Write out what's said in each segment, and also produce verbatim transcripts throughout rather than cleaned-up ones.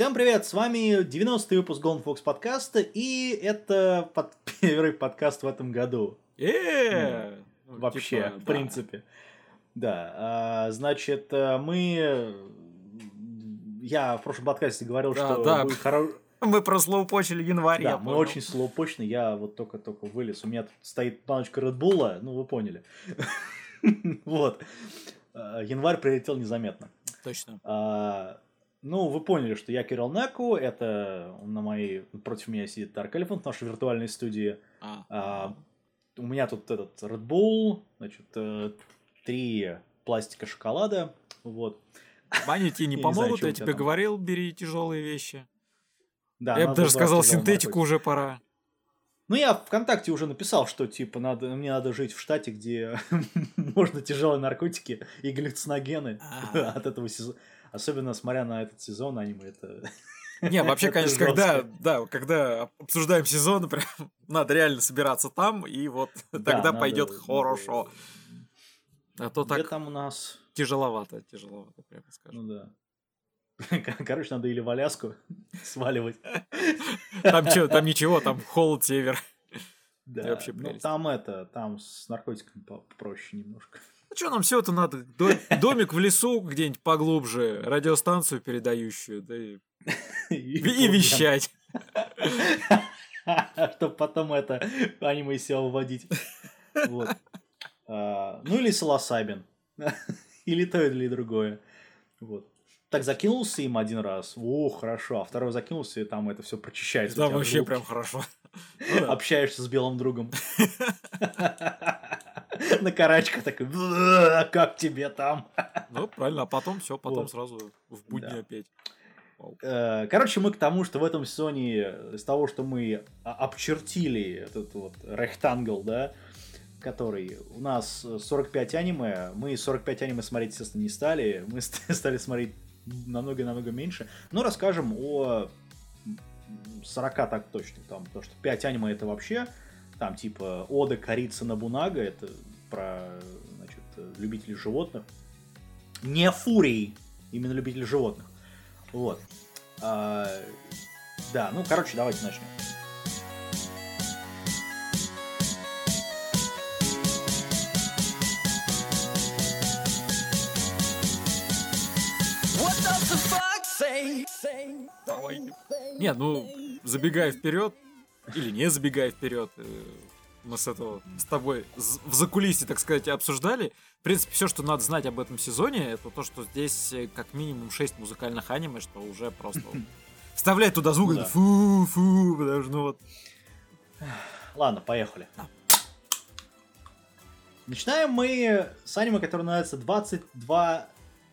Всем привет, с вами девяностый выпуск Golden Fox подкаста, и это под... первый подкаст в этом году. Э, ну, вообще, в принципе. Да, а, значит, мы... Я в прошлом подкасте говорил, да, что да. будет хороший... Мы прослоупочили январь, Да, я мы понял. очень слоупочны, я вот только-только вылез, у меня тут стоит баночка Red Bull, ну вы поняли. Вот. Январь прилетел незаметно. Точно. Ну, вы поняли, что я Кирилл Неку, это на моей, против меня сидит Dark Elephant в нашей виртуальной студии. А. А, у меня тут этот Red Bull, значит, три пластика шоколада, вот. Бани тебе не помогут, я тебе говорил, бери тяжелые вещи. Да, я бы даже сказал, синтетику уже пора. Ну, я ВКонтакте уже написал, что, типа, надо, мне надо жить в штате, где можно тяжелые наркотики и галлюциногены от этого сезона. Особенно смотря на этот сезон аниме, это... Не, вообще, конечно, когда, да, когда обсуждаем сезон, прям надо реально собираться там, и вот да, тогда пойдет хорошо. А то так там у нас... тяжеловато, тяжеловато, прямо скажем. Ну да. Короче, надо или в Аляску сваливать. Там что, там ничего, там холод, север. Да, вообще ну там это, там с наркотиками попроще немножко. Ну что, нам все это надо? Домик в лесу где-нибудь поглубже, радиостанцию передающую, да и, и, и вещать. Чтобы потом это аниме из себя выводить. Вот. А, ну или пsilocybin. Или то, или другое. Вот. Так закинулся им один раз. О, хорошо. А второй закинулся, и там это все прочищается. Да, вообще прям хорошо. Общаешься с белым другом. На карачках такой, а как тебе там? Ну, правильно, а потом все, потом вот. Сразу в будни да. Опять. Вау. Короче, мы к тому, что в этом сезоне, из того, что мы обчертили этот вот ректангл, да, который у нас сорок пять аниме, мы сорок пять аниме смотреть, естественно, не стали, мы стали смотреть намного-намного меньше, но расскажем о сорока так точно, там, потому что пять аниме это вообще, там типа Ода Корица Нобунага, это про, значит, любителей животных, не фурий, именно любителей животных, вот, а, да, ну, короче, давайте начнем. Давай. Не, ну, забегая вперед, или не забегая вперед, мы с этого с тобой в закулисье, так сказать, обсуждали. В принципе, все, что надо знать об этом сезоне, это то, что здесь как минимум шесть музыкальных аниме, что уже просто вставляет туда звук, ну, фу-фу, потому что ну вот. Ладно, поехали. Начинаем мы с аниме, которое называется двадцать два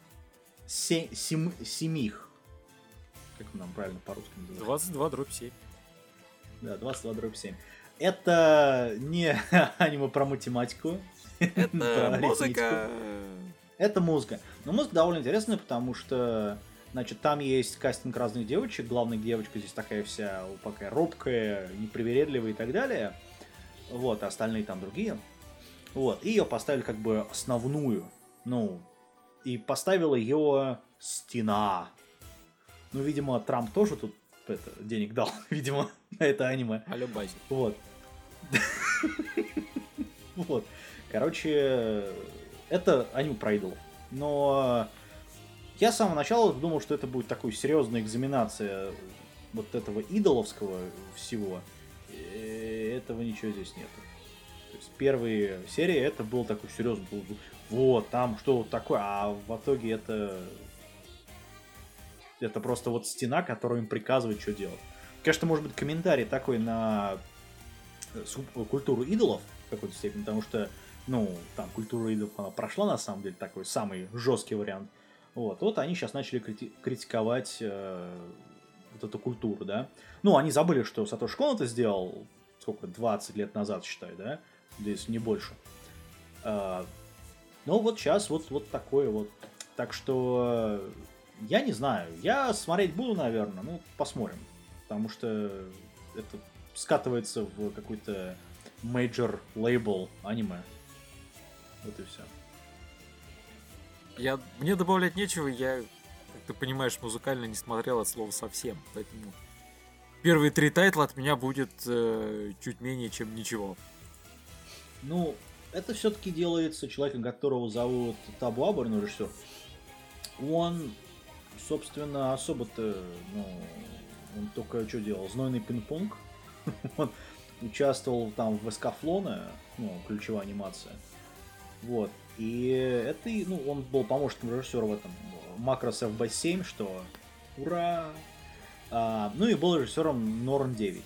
семих. Как нам правильно по-русски называется? двадцать два дробь семь. Да, двадцать два дробь семь. Это не аниме про математику. Это музыка. Это музыка. Но музыка довольно интересная, потому что, значит, там есть кастинг разных девочек. Главная девочка здесь такая вся такая робкая, непривередливая и так далее. Вот, а остальные там другие. Вот, и ее поставили как бы основную. Ну, и поставила ее стена. Ну, видимо, Трамп тоже тут это, денег дал, видимо, на это аниме. Алло, бази. Вот. Вот. Короче, это аниме про идолов. Но я с самого начала думал, что это будет такой серьезная экзаменация вот этого идоловского всего. И этого ничего здесь нет. То есть первые серии это был такой серьезный. Вот, там что вот такое, а в итоге это... Это просто вот стена, которая им приказывает, что делать. Конечно, может быть комментарий такой на культуру идолов в какой-то степени, потому что, ну, там культура идолов она прошла, на самом деле, такой самый жесткий вариант. Вот, вот они сейчас начали крити- критиковать э, вот эту культуру, да. Ну, они забыли, что Сатоши Кон это сделал, сколько, двадцать лет назад, считай, да, здесь не больше. Э, ну, вот сейчас вот, вот такое вот. Так что... Я не знаю. Я смотреть буду, наверное. Ну, посмотрим. Потому что это скатывается в какой-то major label аниме. Вот и все. Я... Мне добавлять нечего. Я ты понимаешь, музыкально не смотрел от слова совсем. Поэтому первые три тайтла от меня будет э, чуть менее, чем ничего. Ну, это все-таки делается человеком, которого зовут Табу Аборн, режиссер. Он, собственно, особо-то, ну, он только что делал? Знойный пинг-понг. Он участвовал там в Эскафлоне, ну, ключевая анимация. Вот. И это, ну, он был помощником режиссера в этом Macross эф би семь, что ура! А, ну и был режиссером Норн девять.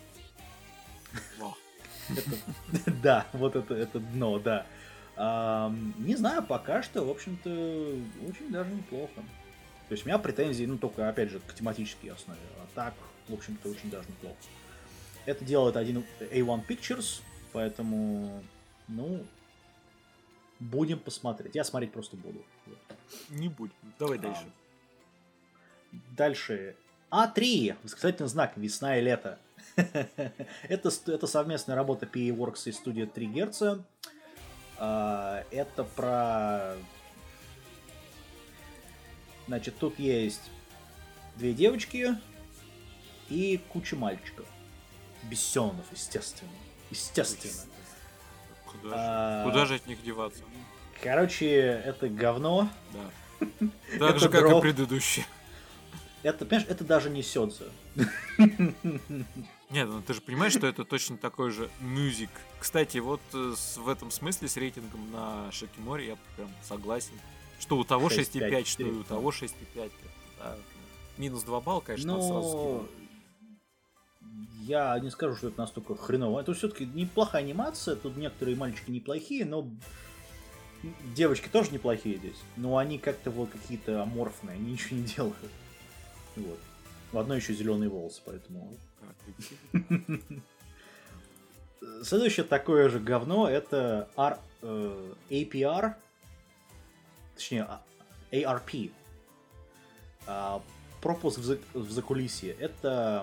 Это, да, вот это, это дно, да. А, не знаю, пока что, в общем-то, очень даже неплохо. То есть у меня претензии, ну, только, опять же, к тематической основе. А так, в общем-то, очень даже неплохо. Это делает один эй один Pictures, поэтому, ну, будем посмотреть. Я смотреть просто буду. Вот. Не будем. Давай дальше. А, дальше. а три. Восклицательный знак. Весна и лето. это, это совместная работа пи эй Works и студия три герца. А, это про... Значит, тут есть две девочки и куча мальчиков. Бессенов, естественно. Естественно. Куда, а... же? Куда же от них деваться? Короче, это говно. Да. Так же, как и предыдущие. Это, понимаешь, это даже не сёдзе. Нет, ну ты же понимаешь, что это точно такой же мюзик. Кстати, вот с, в этом смысле с рейтингом на Шакиморе я прям согласен. Что у того шесть и пять, что и у того шесть и пять. Да. Минус два балла, конечно, но... сразу скидываю. Я не скажу, что это настолько хреново. Это все-таки неплохая анимация. Тут некоторые мальчики неплохие, но девочки тоже неплохие здесь. Но они как-то вот какие-то аморфные, они ничего не делают. Вот. В одной еще зеленые волосы, поэтому. Следующее такое же говно это R, э, эй пи ар, точнее эй ар пи. А, пропуск в, за, в закулисье. Это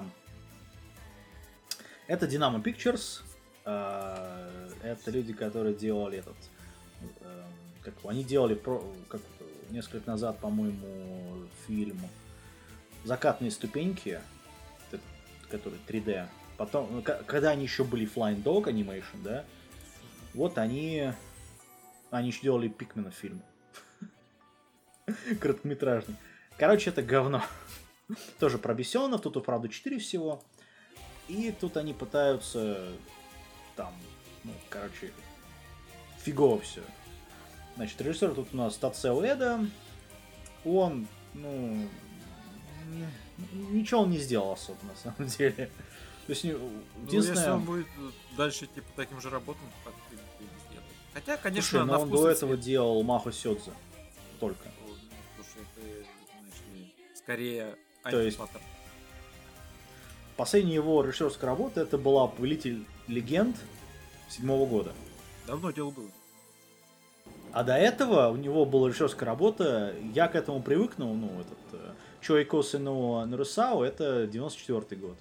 это Dynamo Pictures. А, это люди, которые делали этот. Э, как, они делали про, как, несколько лет назад, по-моему, фильм «Закатные ступеньки», который три дэ. Потом, когда они еще были Flying Dog Animation, да, вот они, они еще делали Пикмена фильм. Короткометражный. Короче, это говно. Тоже про бесенов, тут, правда, четыре всего. И тут они пытаются там, ну, короче, фигово все. Значит, режиссер тут у нас Тацео Эда. Он, ну, ничего он не сделал особо, на самом деле. То есть, единственное... Ну, если он будет дальше идти по таким же работам, то так и не сделает. Хотя, конечно, слушай, на но он вкус до и этого цвет. делал Махо Сёдзе. Только. Слушай, это, знаешь ли, скорее То есть, антипатер. последняя его режиссерская работа это была «Повелитель легенд» седьмого года. Давно дело было. А до этого у него была режиссерская работа, я к этому привыкнул, ну, этот Чойкосы но Нарусао, это девяносто четвёртый год.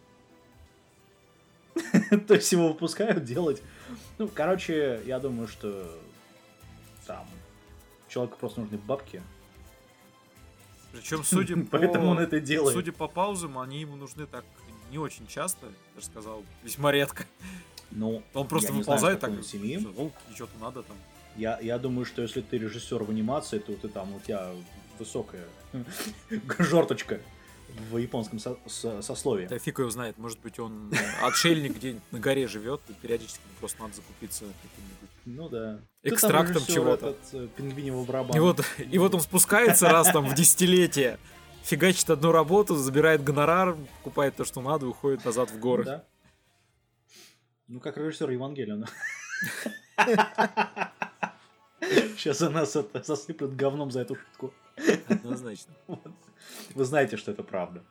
То есть его выпускают делать. Ну, короче, я думаю, что там человеку просто нужны бабки. Причем, судя по... Поэтому он это делает. Судя по паузам, они ему нужны так не очень часто, я же сказал, весьма редко. Ну, он просто я не выползает знаю, так, семьи. что что-то надо там. Я, я думаю, что если ты режиссер в анимации, то ты там, у тебя высокая жорточка в японском со- со- сословии. Да фиг его знает, может быть он отшельник где-нибудь на горе живет, и периодически просто надо закупиться каким-нибудь ну да. экстрактом чего-то. Этот, пингвиневого барабана. И вот, и вот он спускается раз там в десятилетие, фигачит одну работу, забирает гонорар, покупает то, что надо, и уходит назад в горы. Да. Ну как режиссер Евангелиона. Сейчас у нас это засыплют говном за эту шутку. Однозначно. Вот. Вы знаете, что это правда.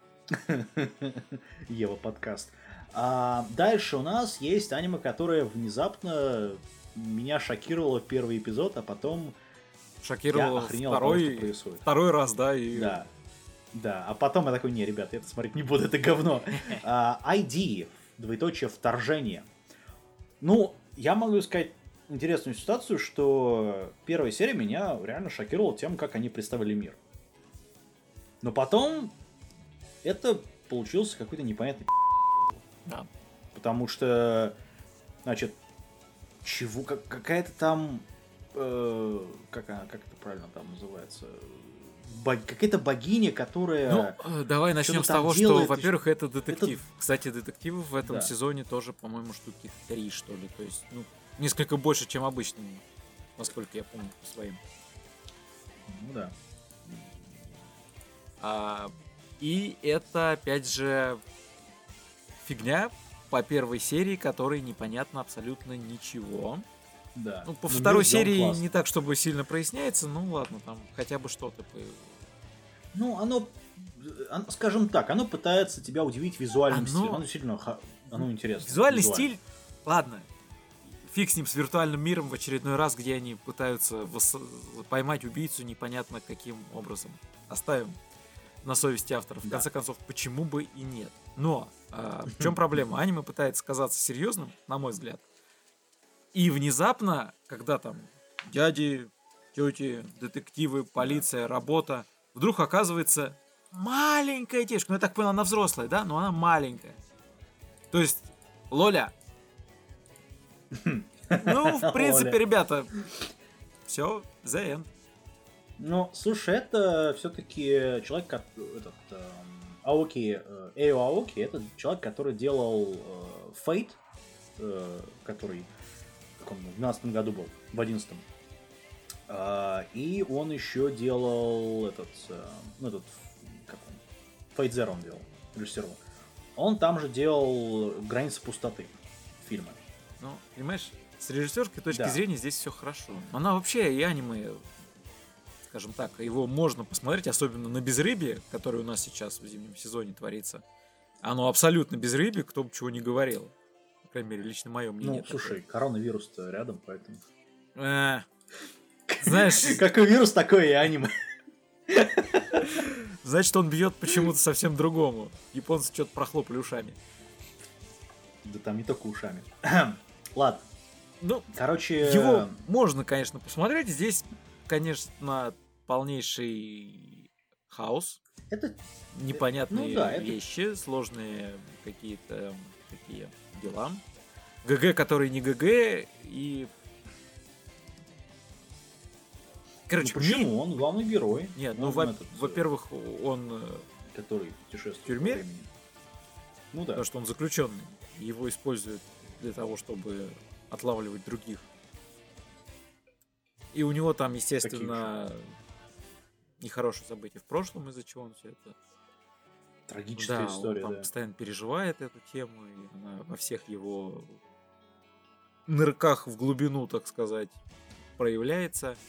Ева подкаст. А дальше у нас есть аниме, которое внезапно меня шокировало в первый эпизод, а потом шокировало я охренел второй, от того, что происходит. Второй раз, да? И... Да. Да. А потом я такой, не, ребят, я это смотреть не буду, это говно. а, ай ди, двоеточие, вторжение. Ну, я могу сказать интересную ситуацию, что первая серия меня реально шокировала тем, как они представили мир. Но потом это получился какой-то непонятный Да. Потому что, значит, чего, как, какая-то там, э, как, она, как это правильно там называется, Бог, какая-то богиня, которая... Ну, э, давай начнем с того, делает, что, во-первых, это детектив. Это... Кстати, детективов в этом да. сезоне тоже, по-моему, штуки три, что ли. То есть, ну, несколько больше, чем обычно, насколько я помню по своим. Ну да. А, и это, опять же, фигня по первой серии, которой непонятно абсолютно ничего. Да. Ну, по Но второй мир сделан серии классно. не так, чтобы сильно проясняется, ну ладно, там хотя бы что-то. Ну, оно, скажем так, оно пытается тебя удивить визуальным Оно... стилем. Оно действительно оно интересно. Визуальный визуально. стиль, ладно, фиг с ним, с виртуальным миром в очередной раз, где они пытаются вос... поймать убийцу непонятно каким образом. Оставим на совести авторов. В Да. конце концов, почему бы и нет. Но а, в чем проблема? Аниме пытается казаться серьезным, на мой взгляд. И внезапно, когда там дяди, тети, детективы, полиция, работа, вдруг оказывается маленькая девушка. Ну, я так понял, она взрослая, да? Но она маленькая. То есть, Лоля. Ну, в принципе, ребята, все, the end. Ну, слушай, это все-таки человек, как этот э, Аоки, э, Эйо Аоки, это человек, который делал э, Fate, э, который как он, в двенадцатом году был, в одиннадцатом. Э, и он еще делал этот, э, ну этот, как он, Fate Zero он делал, режиссировал. Он там же делал «Границы пустоты» фильмы. Ну, понимаешь, с режиссерской точки Да. зрения здесь все хорошо. Она вообще и аниме, скажем так, его можно посмотреть, особенно на безрыбье, которое у нас сейчас в зимнем сезоне творится. Оно абсолютно безрыбье, кто бы чего ни говорил. По крайней мере, лично мое мнение. Ну, слушай, коронавирус-то рядом, поэтому... Э, знаешь, Какой вирус, такое и аниме. значит, он бьет почему-то совсем другому. Японцы что-то прохлопали ушами. Да там не только ушами. Ладно. Ну, Короче... его можно, конечно, посмотреть. Здесь, конечно, полнейший хаос. Это... Непонятные ну да, это- вещи, сложные какие-то такие дела. ГГ, который не ГГ, и... Короче, ну, почему? мне- Он главный герой. Нет, ну, Он во- этот, во-первых, он... э, который путешествует в тюрьме? во времени. Ну да. Потому что он заключенный. Его используют для того, чтобы отлавливать других. И у него там, естественно, нехорошие события в прошлом, из-за чего он все это... Трагическая да, история, он там да. постоянно переживает эту тему, и она во всех его нырках в глубину, так сказать, проявляется.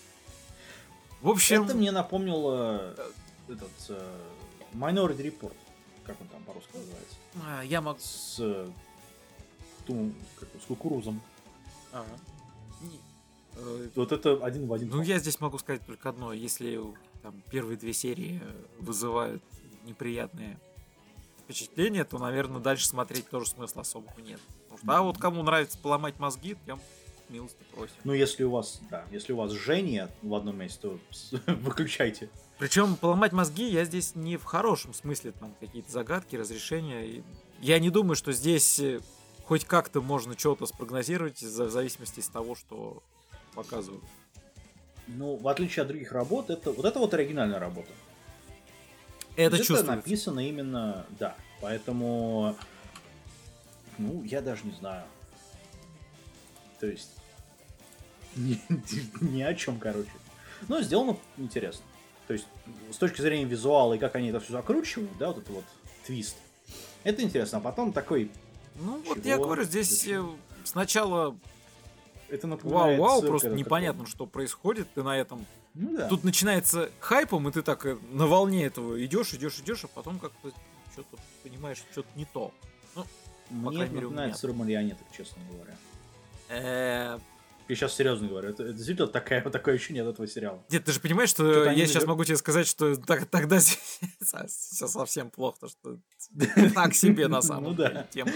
В общем... Это мне напомнило этот э, Minority Report, как он там по-русски называется, а, я могу... с, э, ту- как его, с кукурузом. Ага. Не- э, Вот это один в один. Ну, я здесь могу сказать только одно. Если там первые две серии вызывают неприятные впечатления, то, наверное, дальше смотреть тоже смысла особого нет. Потому что, а вот кому нравится поломать мозги, прям милости просим. Ну, если у вас, да, если у вас жжение в одном месте, то с- выключайте. Причем поломать мозги я здесь не в хорошем смысле, там какие-то загадки, разрешения. И я не думаю, что здесь э, хоть как-то можно что-то спрогнозировать за- в зависимости от того, что показывают. Ну, в отличие от других работ, это вот это вот оригинальная работа. Это Это чувствуется. написано именно, да. Поэтому, ну, я даже не знаю. То есть, ни, ни о чем, короче. Но сделано интересно. То есть, с точки зрения визуала и как они это все закручивают, да, вот это вот твист. Это интересно. А потом такой, Ну, вот Чего? я говорю, здесь Зачем? э, сначала это напоминает... вау-вау, цирк просто этот непонятно, какой-то. что происходит, ты на этом... Ну да. Тут начинается хайпом, и ты так э, на волне этого идешь, идешь, идешь, а потом как-то что-то понимаешь, что-то не то. Ну, по Мне крайней это мере, у напоминает меня. сыр марионеток, честно говоря. э, Я сейчас серьезно говорю. Это, это действительно такая, вот такое ощущение от этого сериала. Дед, ты же понимаешь, что Что-то я они сейчас навер- могу тебе сказать, что так- тогда все совсем плохо, то что так себе на самом Ну деле да. тема.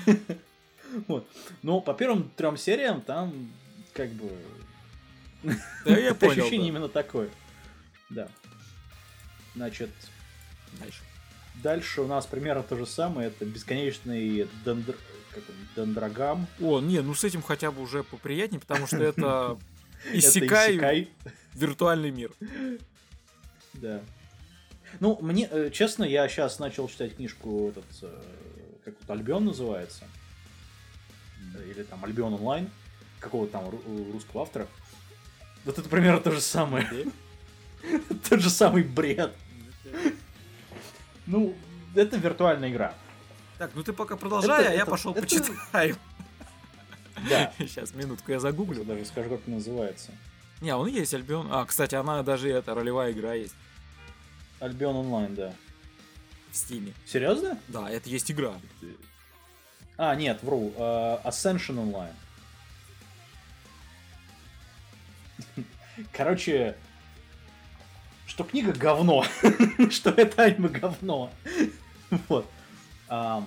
Вот. Но по первым трем сериям там как бы Да, я понял. ощущение да. именно такое. Да. Значит, Дальше. Дальше у нас примерно то же самое. Это бесконечный дендр... как он, дендрогам. О, не, ну с этим хотя бы уже поприятнее, потому что это иссякай виртуальный мир. Да. Ну, мне, честно, я сейчас начал читать книжку, этот, как вот Альбион называется. Или там Альбион онлайн. Какого-то там русского автора. Вот это примерно то же самое. Тот же самый бред. Ну, это виртуальная игра. Так, ну ты пока продолжай, это, а я это, пошел это... почитаю. Да. Сейчас, минутку, я загуглю. Даже скажу, как называется. Не, он есть, Альбион. А, кстати, она даже, это, ролевая игра есть. Альбион онлайн, да. В Стиме. Серьезно? Да, это есть игра. А, нет, вру. Uh, Ascension онлайн. Короче, что книга говно, что это аниме говно. Вот. Um,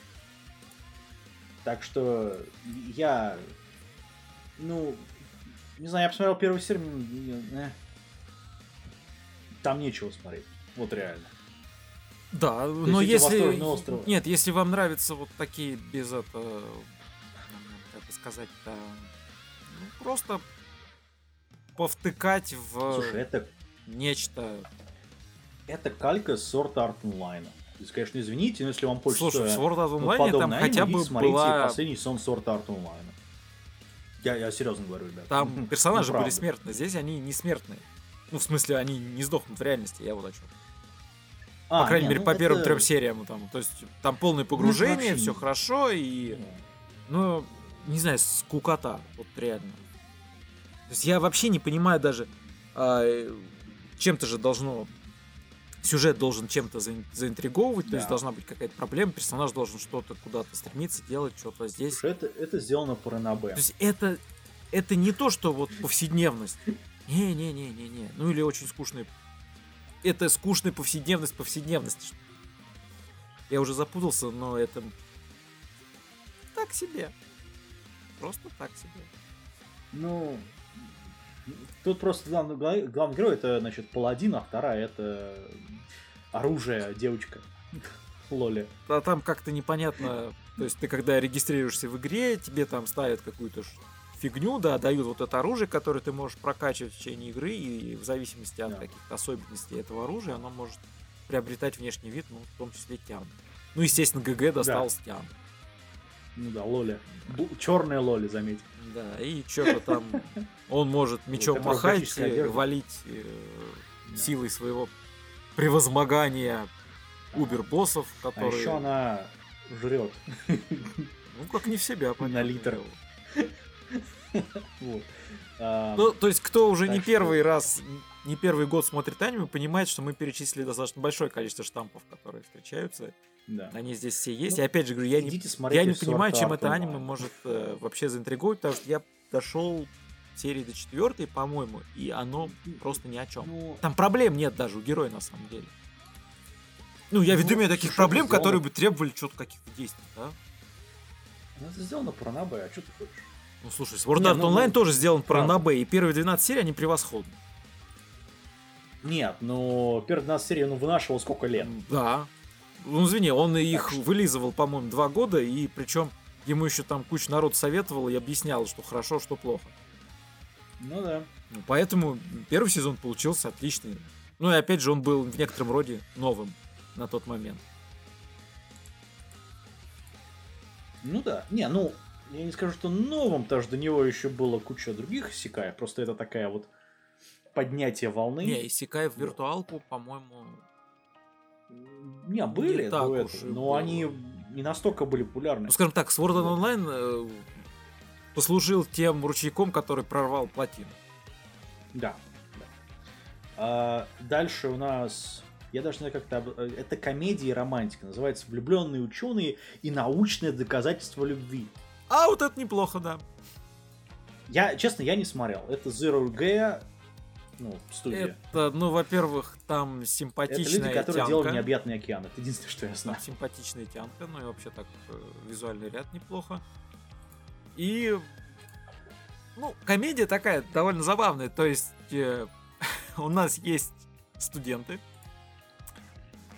так что я, ну, не знаю, я посмотрел первую серию, там нечего смотреть, вот реально. Да, то но если... Нет, если вам нравятся вот такие без этого, как бы сказать-то, ну, просто повтыкать в Слушай, это... нечто... Это калька Sword Art Online. То есть, конечно, извините, но если вам хочется... Слушай, в Sword Art Online там хотя бы смотрите была... последний сон Sword Art Online. Я, я серьезно говорю, ребят. Там персонажи ну, были смертные, здесь они не смертные. Ну, в смысле, они не сдохнут в реальности, я вот о чем. А, по крайней не, мере, ну, по это... первым трем сериям. Там, то есть, там полное погружение, ну, все хорошо, и... Ну, не знаю, скукота, вот реально. То есть, я вообще не понимаю даже, а, чем-то же должно... Сюжет должен чем-то заинтриговывать, да. То есть должна быть какая-то проблема, персонаж должен что-то куда-то стремиться, делать что-то здесь. Слушай, это, это сделано по ранобе. То есть это, это не то, что вот повседневность. Не-не-не-не-не. Ну или очень скучный. Это скучная повседневность повседневности. Я уже запутался, но это так себе. Просто так себе. Ну, тут просто главный, главный герой это, значит, паладин, а вторая это оружие, девочка. Лоли. А там как-то непонятно. То есть ты когда регистрируешься в игре, тебе там ставят какую-то фигню, да, дают вот это оружие, которое ты можешь прокачивать в течение игры, и в зависимости от да. каких-то особенностей этого оружия, оно может приобретать внешний вид, ну, в том числе тян. Ну, естественно, ГГ досталось да. тян. Ну да, Лоли. Черная Лоли, заметь. Да, и что-то там он может мечом махать, валить э, да. силой своего превозмогания убер-боссов, которые... А еще она жрет. Ну, как не в себя, понятно. На литр. Вот. А, ну, то есть, кто уже не что... первый раз, не первый год смотрит аниме, понимает, что мы перечислили достаточно большое количество штампов, которые встречаются. Да. Они здесь все есть. Ну, и опять же говорю, я не, я не понимаю, чем это аниме может э, вообще заинтриговать, потому что я дошел серии до четвертой, по-моему, и оно просто ни о чем. Ну... Там проблем нет даже у героя на самом деле. Ну, я ну, веду мне таких проблем, сделано... которые бы требовали что-то каких-то действий, да? Ну, это сделано по ранобе, а что ты хочешь? Ну, слушай, Sword Art Online ну, тоже сделан по ранобе, и первые двенадцать серий, они превосходны. Нет, ну, первые двенадцать серий он вынашивал сколько лет? Да. Ну, извини, он их так вылизывал, по-моему, два года, и причем ему еще там куча народ советовал и объяснял, что хорошо, что плохо. Ну да. Ну, поэтому первый сезон получился отличный. Ну и опять же, он был в некотором роде новым на тот момент. Ну да. Не, ну, я не скажу, что новым, потому что до него еще было куча других исекаев. Просто это такая вот поднятие волны. Не, исекай в виртуалку, по-моему... Не, были, не до этого, но было. Они не настолько были популярны. Ну, скажем так, Sword Art Online э, послужил тем ручейком, который прорвал плотину. Да. да. А, дальше у нас... Я даже не знаю, как это... Это комедия и романтика. Называется «Влюбленные ученые и научное доказательство любви». А, вот это неплохо, да. Я, честно, я не смотрел. Это Zero G, ну, студия. Это, ну, во-первых, там симпатичная тянка. Это люди, которые тянка. делали «Необъятный океан». Это единственное, что я знаю. Там симпатичная тянка, ну и вообще так визуальный ряд неплохо. И, ну, комедия такая довольно забавная. То есть э, у нас есть студенты,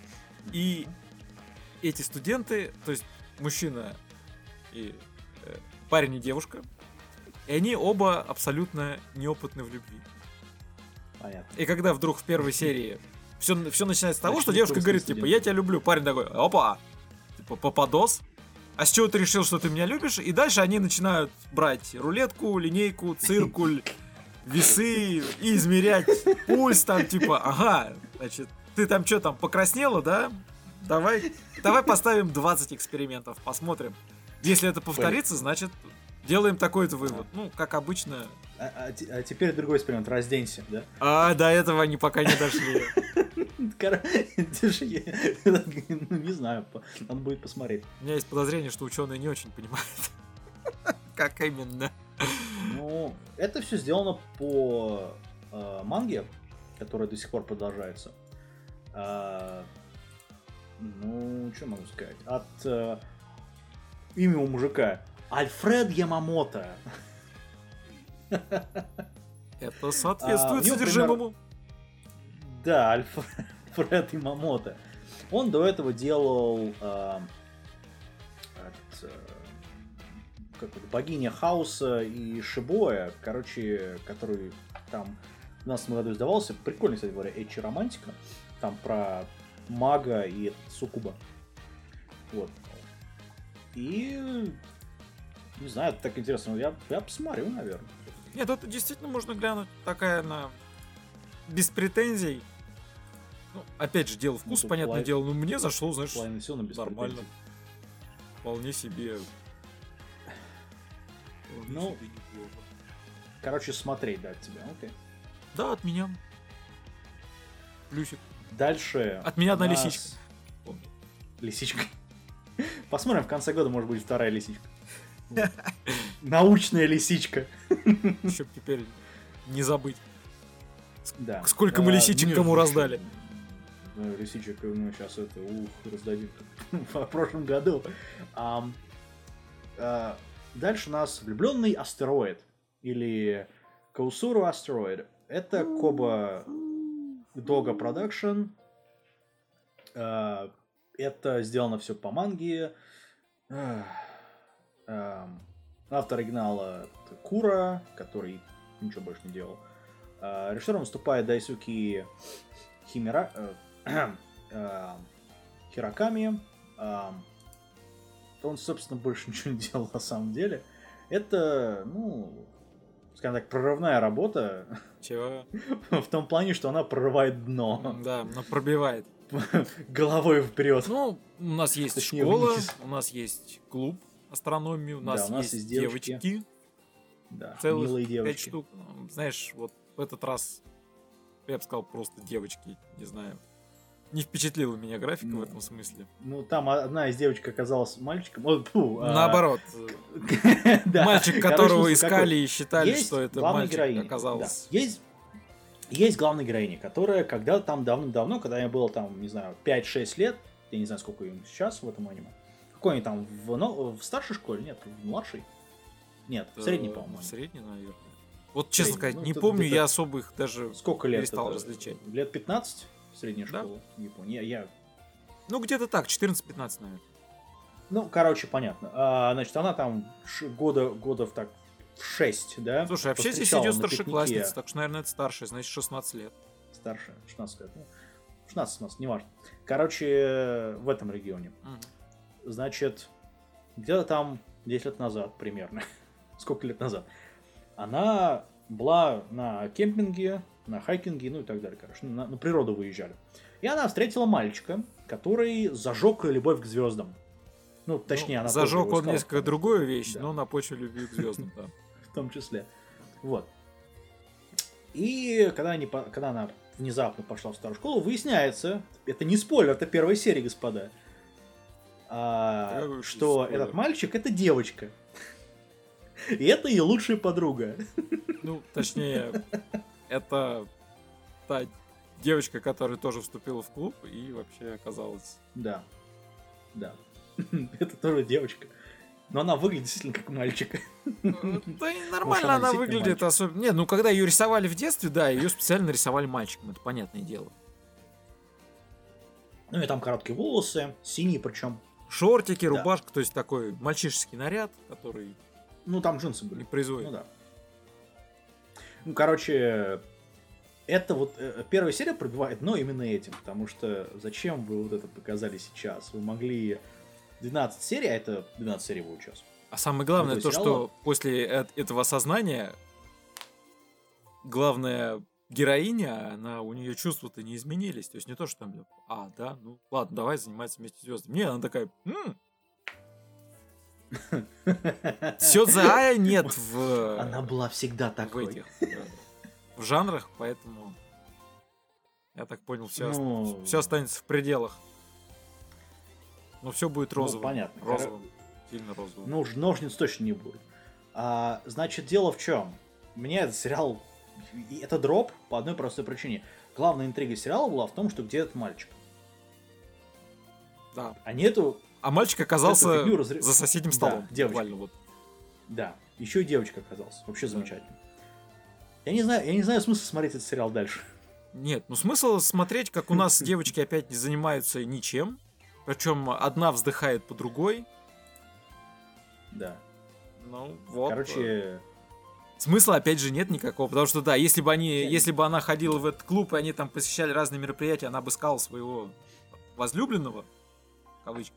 И эти студенты, то есть мужчина и э, парень и девушка, и они оба абсолютно неопытны в любви. Понятно. И когда вдруг в первой серии все, все начинается с того, Значит, что не девушка просто говорит, студент. типа, я тебя люблю, парень такой, опа, типа, попадос. А с чего ты решил, что ты меня любишь? И дальше они начинают брать рулетку, линейку, циркуль, весы и измерять пульс там, типа, ага, значит, ты там что там, покраснела, да? Давай, давай поставим двадцать экспериментов, посмотрим. Если это повторится, значит, делаем такой-то вывод. Ну, как обычно. А, а те- а теперь другой эксперимент. Разденься, да? А до этого они пока не дошли. Короче, я- ну, не знаю, по- надо будет посмотреть. У меня есть подозрение, что ученые не очень понимают, как именно. Ну, это все сделано по э, манге, которая до сих пор продолжается. А, ну, что могу сказать? От э, имя у мужика Альфред Ямамото. Это соответствует А, у него содержимому. Да, Альф- Альфред Ямамото. Он до этого делал э, от, э, как это, богиня хаоса и Шибоя, короче, который там в двенадцатом году издавался. Прикольный, кстати говоря, эчи романтика. Там про мага и суккуба. Вот. И не знаю, это так интересно. Я, я посмотрю, наверное. Нет, это действительно можно глянуть. Такая на... без претензий. Ну, опять же, дело вкус, тут понятное лайф- дело. Но мне зашло, знаешь, Половина всего, но без нормально. претензий. Вполне себе. Вполне Ну, себе неплохо. Короче, смотреть, да, от тебя. Окей. Да, от меня. Плюсик. Дальше. От меня одна у нас- лисичка. Лисичка. Посмотрим, в конце года может быть вторая лисичка. Научная лисичка. Чтоб теперь не забыть. Да. Сколько мы А, лисичек нет, кому ну, раздали? ну, Лисичек мы сейчас это, ух, раздадим. В прошлом году. Ам, а, Дальше у нас влюбленный астероид. Или Каусуру астероид. Это Коба Дога Продакшн. А, Это сделано все по манге. Ах, ам, Автор оригинала это Кура, который ничего больше не делал. А, Режиссером выступает Дайсуки Химера, э, э, Хироками. А, Он, собственно, больше ничего не делал на самом деле. Это, ну, скажем так, прорывная работа Чего? в том плане, что она прорывает дно Да, но пробивает. головой вперед. Ну, у нас есть Точнее, школа, вниз. у нас есть клуб астрономии, у Да, нас, у нас есть есть девочки. девочки, Да, целых милые пять девочки. штук. Ну, знаешь, вот в этот раз, я бы сказал, просто девочки, не знаю. Не впечатлила меня графика Ну, в этом смысле. Ну, там одна из девочек оказалась мальчиком. О, фу, а, Наоборот, да. мальчик, Короче, которого смысл искали какой? и считали, Есть что это главная мальчик, героиня, оказалось. да. Есть, есть главная героиня, которая когда-то там давным-давно, когда ей было там, не знаю, пять-шесть лет, я не знаю, сколько им сейчас в этом аниме. Какой они там, в, но- в старшей школе? Нет, в младшей? Нет, в средней, Э, по-моему. В средней, наверное. Вот, честно Средний. сказать, Ну, не это помню, где-то- я особо их даже Сколько лет перестал это? различать. Лет пятнадцать? Средняя Да. школа в Японии. Я, я- Ну, где-то так, четырнадцать-пятнадцать, наверное. Ну, короче, понятно. А, значит, она там ш- года, годов так в шесть, да? Слушай, вообще здесь повстречала идет на старшеклассница, пикнике. так что, наверное, это старшая, значит, шестнадцать лет. Старше, шестнадцать лет. Ну, шестнадцать-семнадцать, неважно. Короче, в этом регионе. Мгм. Значит, где-то там десять лет назад примерно. Сколько лет назад? Она была на кемпинге, на хайкинге, ну и так далее, короче, на, на природу выезжали. И она встретила мальчика, который зажег ее любовь к звездам. Ну, точнее, Ну, она зажег тоже его он искала, несколько потому что- другую вещь, да. но на почве любви к звездам, да. В том числе. Вот. И когда, они, по- когда она внезапно пошла в старую школу, выясняется, это не спойлер, это первая серия, господа, а, Какой уж что спойлер. этот мальчик это девочка. И это ее лучшая подруга. Ну, точнее, это та девочка, которая тоже вступила в клуб и вообще оказалась... Да. Да. Это тоже девочка. Но она выглядит действительно как мальчик. Ну, да и она нормально она действительно выглядит, мальчик. особенно... Не, ну когда ее рисовали в детстве, да, ее специально рисовали мальчиком, это понятное дело. Ну и там короткие волосы, синие причем. Шортики, Да. рубашка, то есть такой мальчишеский наряд, который Ну там джинсы были. не производит. Ну да. Ну, короче, это вот э, первая серия пробивает, но именно этим, потому что зачем вы вот это показали сейчас? Вы могли двенадцать серий, а это двенадцать серий будет сейчас. А самое главное Ну, то, то есть что сериал- после э- этого осознания главная героиня, она, у нее чувства-то не изменились. То есть не то, что там, а, да, ну ладно, давай заниматься вместе звездами. Не, она такая, Сёдзая нет в, Она была всегда в такой. этих э, в жанрах, поэтому я так понял, все, Ну, все останется в пределах. Но все будет Ну, розовым. понятно. Розовым. Сильно розовым. Ну, уж ножниц точно не будет. А, значит, дело в чем? Мне этот сериал... и Это дроп по одной простой причине. Главная интрига сериала была в том, что где этот мальчик. Да. А нету... А мальчик оказался Эту фигню разре- за соседним Да, столом. девочка. Буквально вот. Да. Еще и девочка оказалась. Вообще Да. замечательно. Я не знаю, я не знаю смысла смотреть этот сериал дальше. Нет, ну смысл смотреть, как у нас девочки опять не занимаются ничем. Причем одна вздыхает по другой. Да. Ну, вот. Короче, Смысла, опять же, нет никакого. Потому что, да, если бы они, Я не- если бы она ходила в этот клуб, и они там посещали разные мероприятия, она бы искала своего возлюбленного, в кавычках,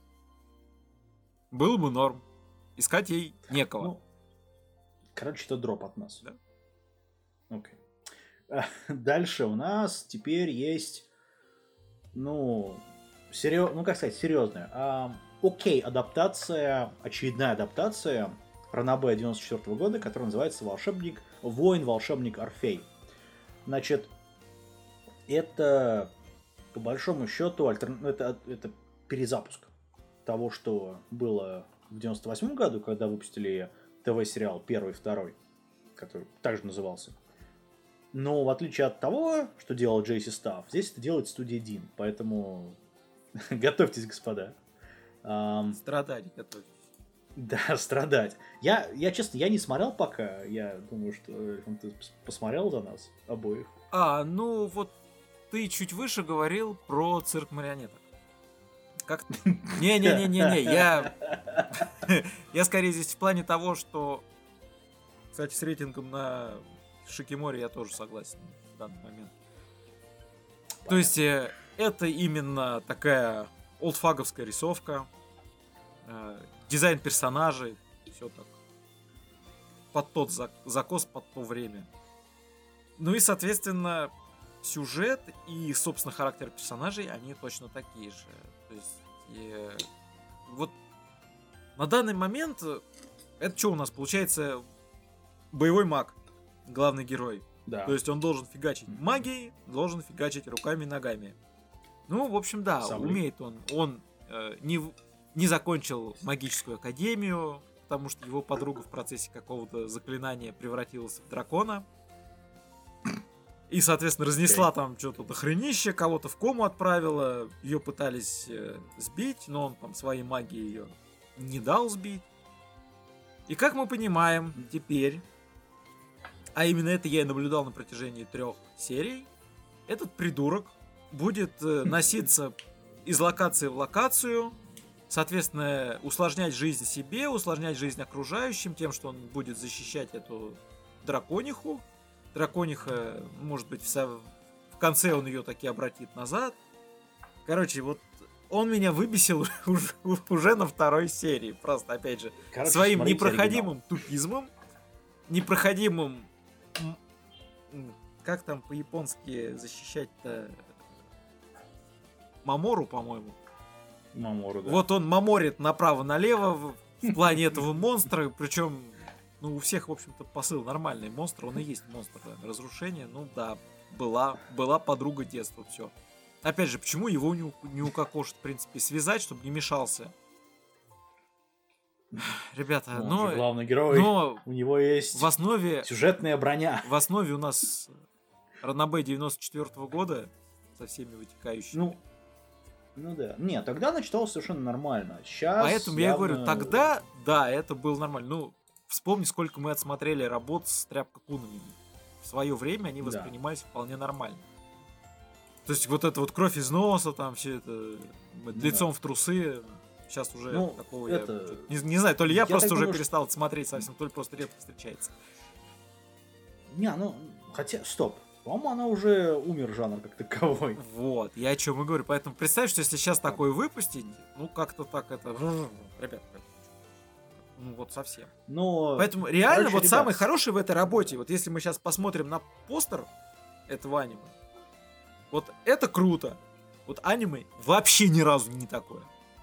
было бы норм. Искать ей некого. ну, короче, это дроп от нас. Да. Окей. А, Дальше у нас теперь есть, ну, серьез... ну как сказать, серьезная. А, окей, адаптация, очередная адаптация Ранобэ девяносто четвёртого года, которая называется «Волшебник, воин-волшебник Орфей». Значит, это, по большому счету, альтер... ну, это, это перезапуск того, что было в девяносто восьмом году, когда выпустили ТВ-сериал первый и второй, который также назывался. Но в отличие от того, что делал Джейси Стафф, здесь это делает студия Дин, поэтому готовьтесь, господа. Ам, Страдать готовьтесь. Да, страдать. Я, я, честно, я не смотрел пока. Я думаю, что Эльфан, ты пос- посмотрел за нас обоих. А, ну вот ты чуть выше говорил про цирк марионеток. Как? Не-не-не-не-не, я... Я скорее здесь в плане того, что... Кстати, с рейтингом на Шикиморе я тоже согласен в данный момент. То есть э, это именно такая олдфаговская рисовка, э, дизайн персонажей, все так под тот зак- закос, под то время. Ну и, соответственно, сюжет и, собственно, характер персонажей, они точно такие же. То есть, э, вот на данный момент э, это что у нас получается? Боевой маг, главный герой. Да. То есть он должен фигачить магией, должен фигачить руками и ногами. Ну, в общем, да, Саблей. умеет он. Он э, не, в- не закончил магическую академию, потому что его подруга в процессе какого-то заклинания превратилась в дракона. И, соответственно, разнесла там что-то до хренище, кого-то в кому отправила. Ее пытались э, сбить, но он там своей магией ее не дал сбить. И как мы понимаем теперь, а именно это я и наблюдал на протяжении трех серий, этот придурок будет э, носиться из локации в локацию, соответственно, усложнять жизнь себе, усложнять жизнь окружающим тем, что он будет защищать эту дракониху. Дракониха, может быть, в, со- в конце он ее таки обратит назад. Короче, вот он меня выбесил уже, уже на второй серии. Просто, опять же, Короче, своим смотрите непроходимым тупизмом, непроходимым... м, м, Как там по-японски защищать-то? Мамору, по-моему. оригинал. Мамору, да. Вот он маморит направо-налево в, в плане этого монстра, причем, ну, у всех, в общем-то, посыл нормальный. Монстр, он и есть монстр, да. Разрушение, ну да, была, была подруга детства, все. Опять же, почему его не, у- не укокошить, в принципе, связать, чтобы не мешался? Ребята, Ну, он но, же главный герой. но У него есть в основе, сюжетная броня. в основе у нас Ранобэ девяносто четвёртого года со всеми вытекающими. Ну, ну да. Не, тогда она читалась совершенно нормально. Сейчас. Поэтому я и говорю, тогда, да, это было нормально. Ну, вспомни, сколько мы отсмотрели работ с тряпкокунами. В свое время они Да. воспринимались вполне нормально. То есть вот это вот кровь из носа, там все это, лицом да. в трусы, сейчас уже ну, такого это... я... Не, не знаю, то ли я, я просто уже думаю, перестал что... смотреть совсем, то ли просто редко встречается. Не, ну, хотя, стоп. По-моему, она уже умер, жанр как таковой. Вот, я о чем и говорю. Поэтому представь, что если сейчас такое выпустить, ну, как-то так это... Ребят, ну, вот совсем. Но... Поэтому реально короче, вот ребят... самый хороший в этой работе, вот если мы сейчас посмотрим на постер этого аниме, вот это круто. Вот аниме вообще ни разу не такое.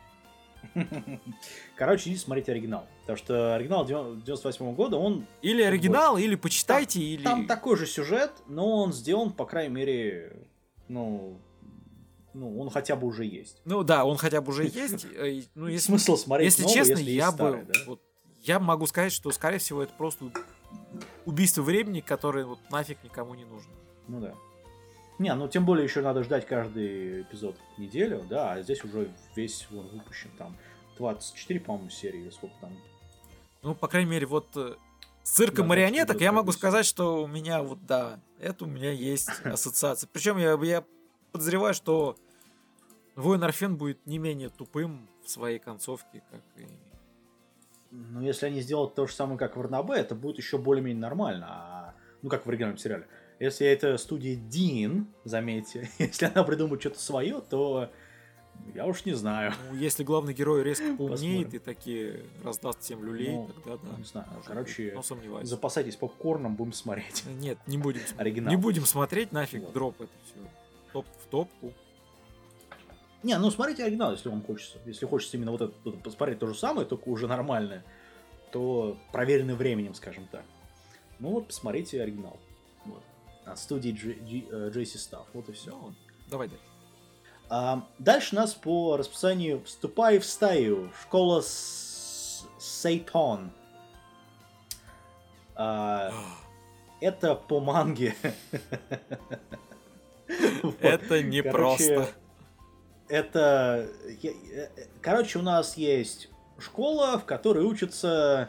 Короче, идите смотреть оригинал. Потому что оригинал девяносто восьмого года, он... Или оригинал, или почитайте, там, или... Там такой же сюжет, но он сделан, по крайней мере, ну... Ну, он хотя бы уже есть. Ну да, он хотя бы уже есть. Ну, если, смысл смотреть если новый, честно, если я есть бы... старый, да? Вот, я могу сказать, что, скорее всего, это просто убийство времени, которое вот нафиг никому не нужно. Ну да. Не, ну тем более еще надо ждать каждый эпизод неделю, да, а здесь уже весь он выпущен там двадцать четыре, по-моему, серии, сколько там. Ну, по крайней мере, вот с цирком да, марионеток я могу сказать, что у меня вот, да, это у меня есть ассоциация. Причем я, я подозреваю, что Воин Орфен будет не менее тупым в своей концовке, как и... Ну, если они сделают то же самое, как в Варнабе, это будет еще более-менее нормально, а... ну, как в оригинальном сериале. Если это студия Дин, заметьте, если она придумает что-то свое, то я уж не знаю. Ну, если главный герой резко поумнеет и такие раздаст всем люлей, ну, тогда да. Не знаю, короче, но сомневаюсь. Запасайтесь попкорном, будем смотреть. Нет, не будем Оригинал. Не будем смотреть, нафиг, вот. Дроп это все. Топ в топку. Не, ну смотрите оригинал, если вам хочется. Если хочется именно вот это, вот, посмотреть то же самое, только уже нормальное, то проверенный временем, скажем так. Ну вот, посмотрите оригинал. Вот. От студии джей си Staff. Вот и все. Ну, давай дальше. А, дальше нас по расписанию «Вступай в стаю. Школа с... Сейтон». А, это по манге. Это непросто. Это... Короче, у нас есть школа, в которой учатся...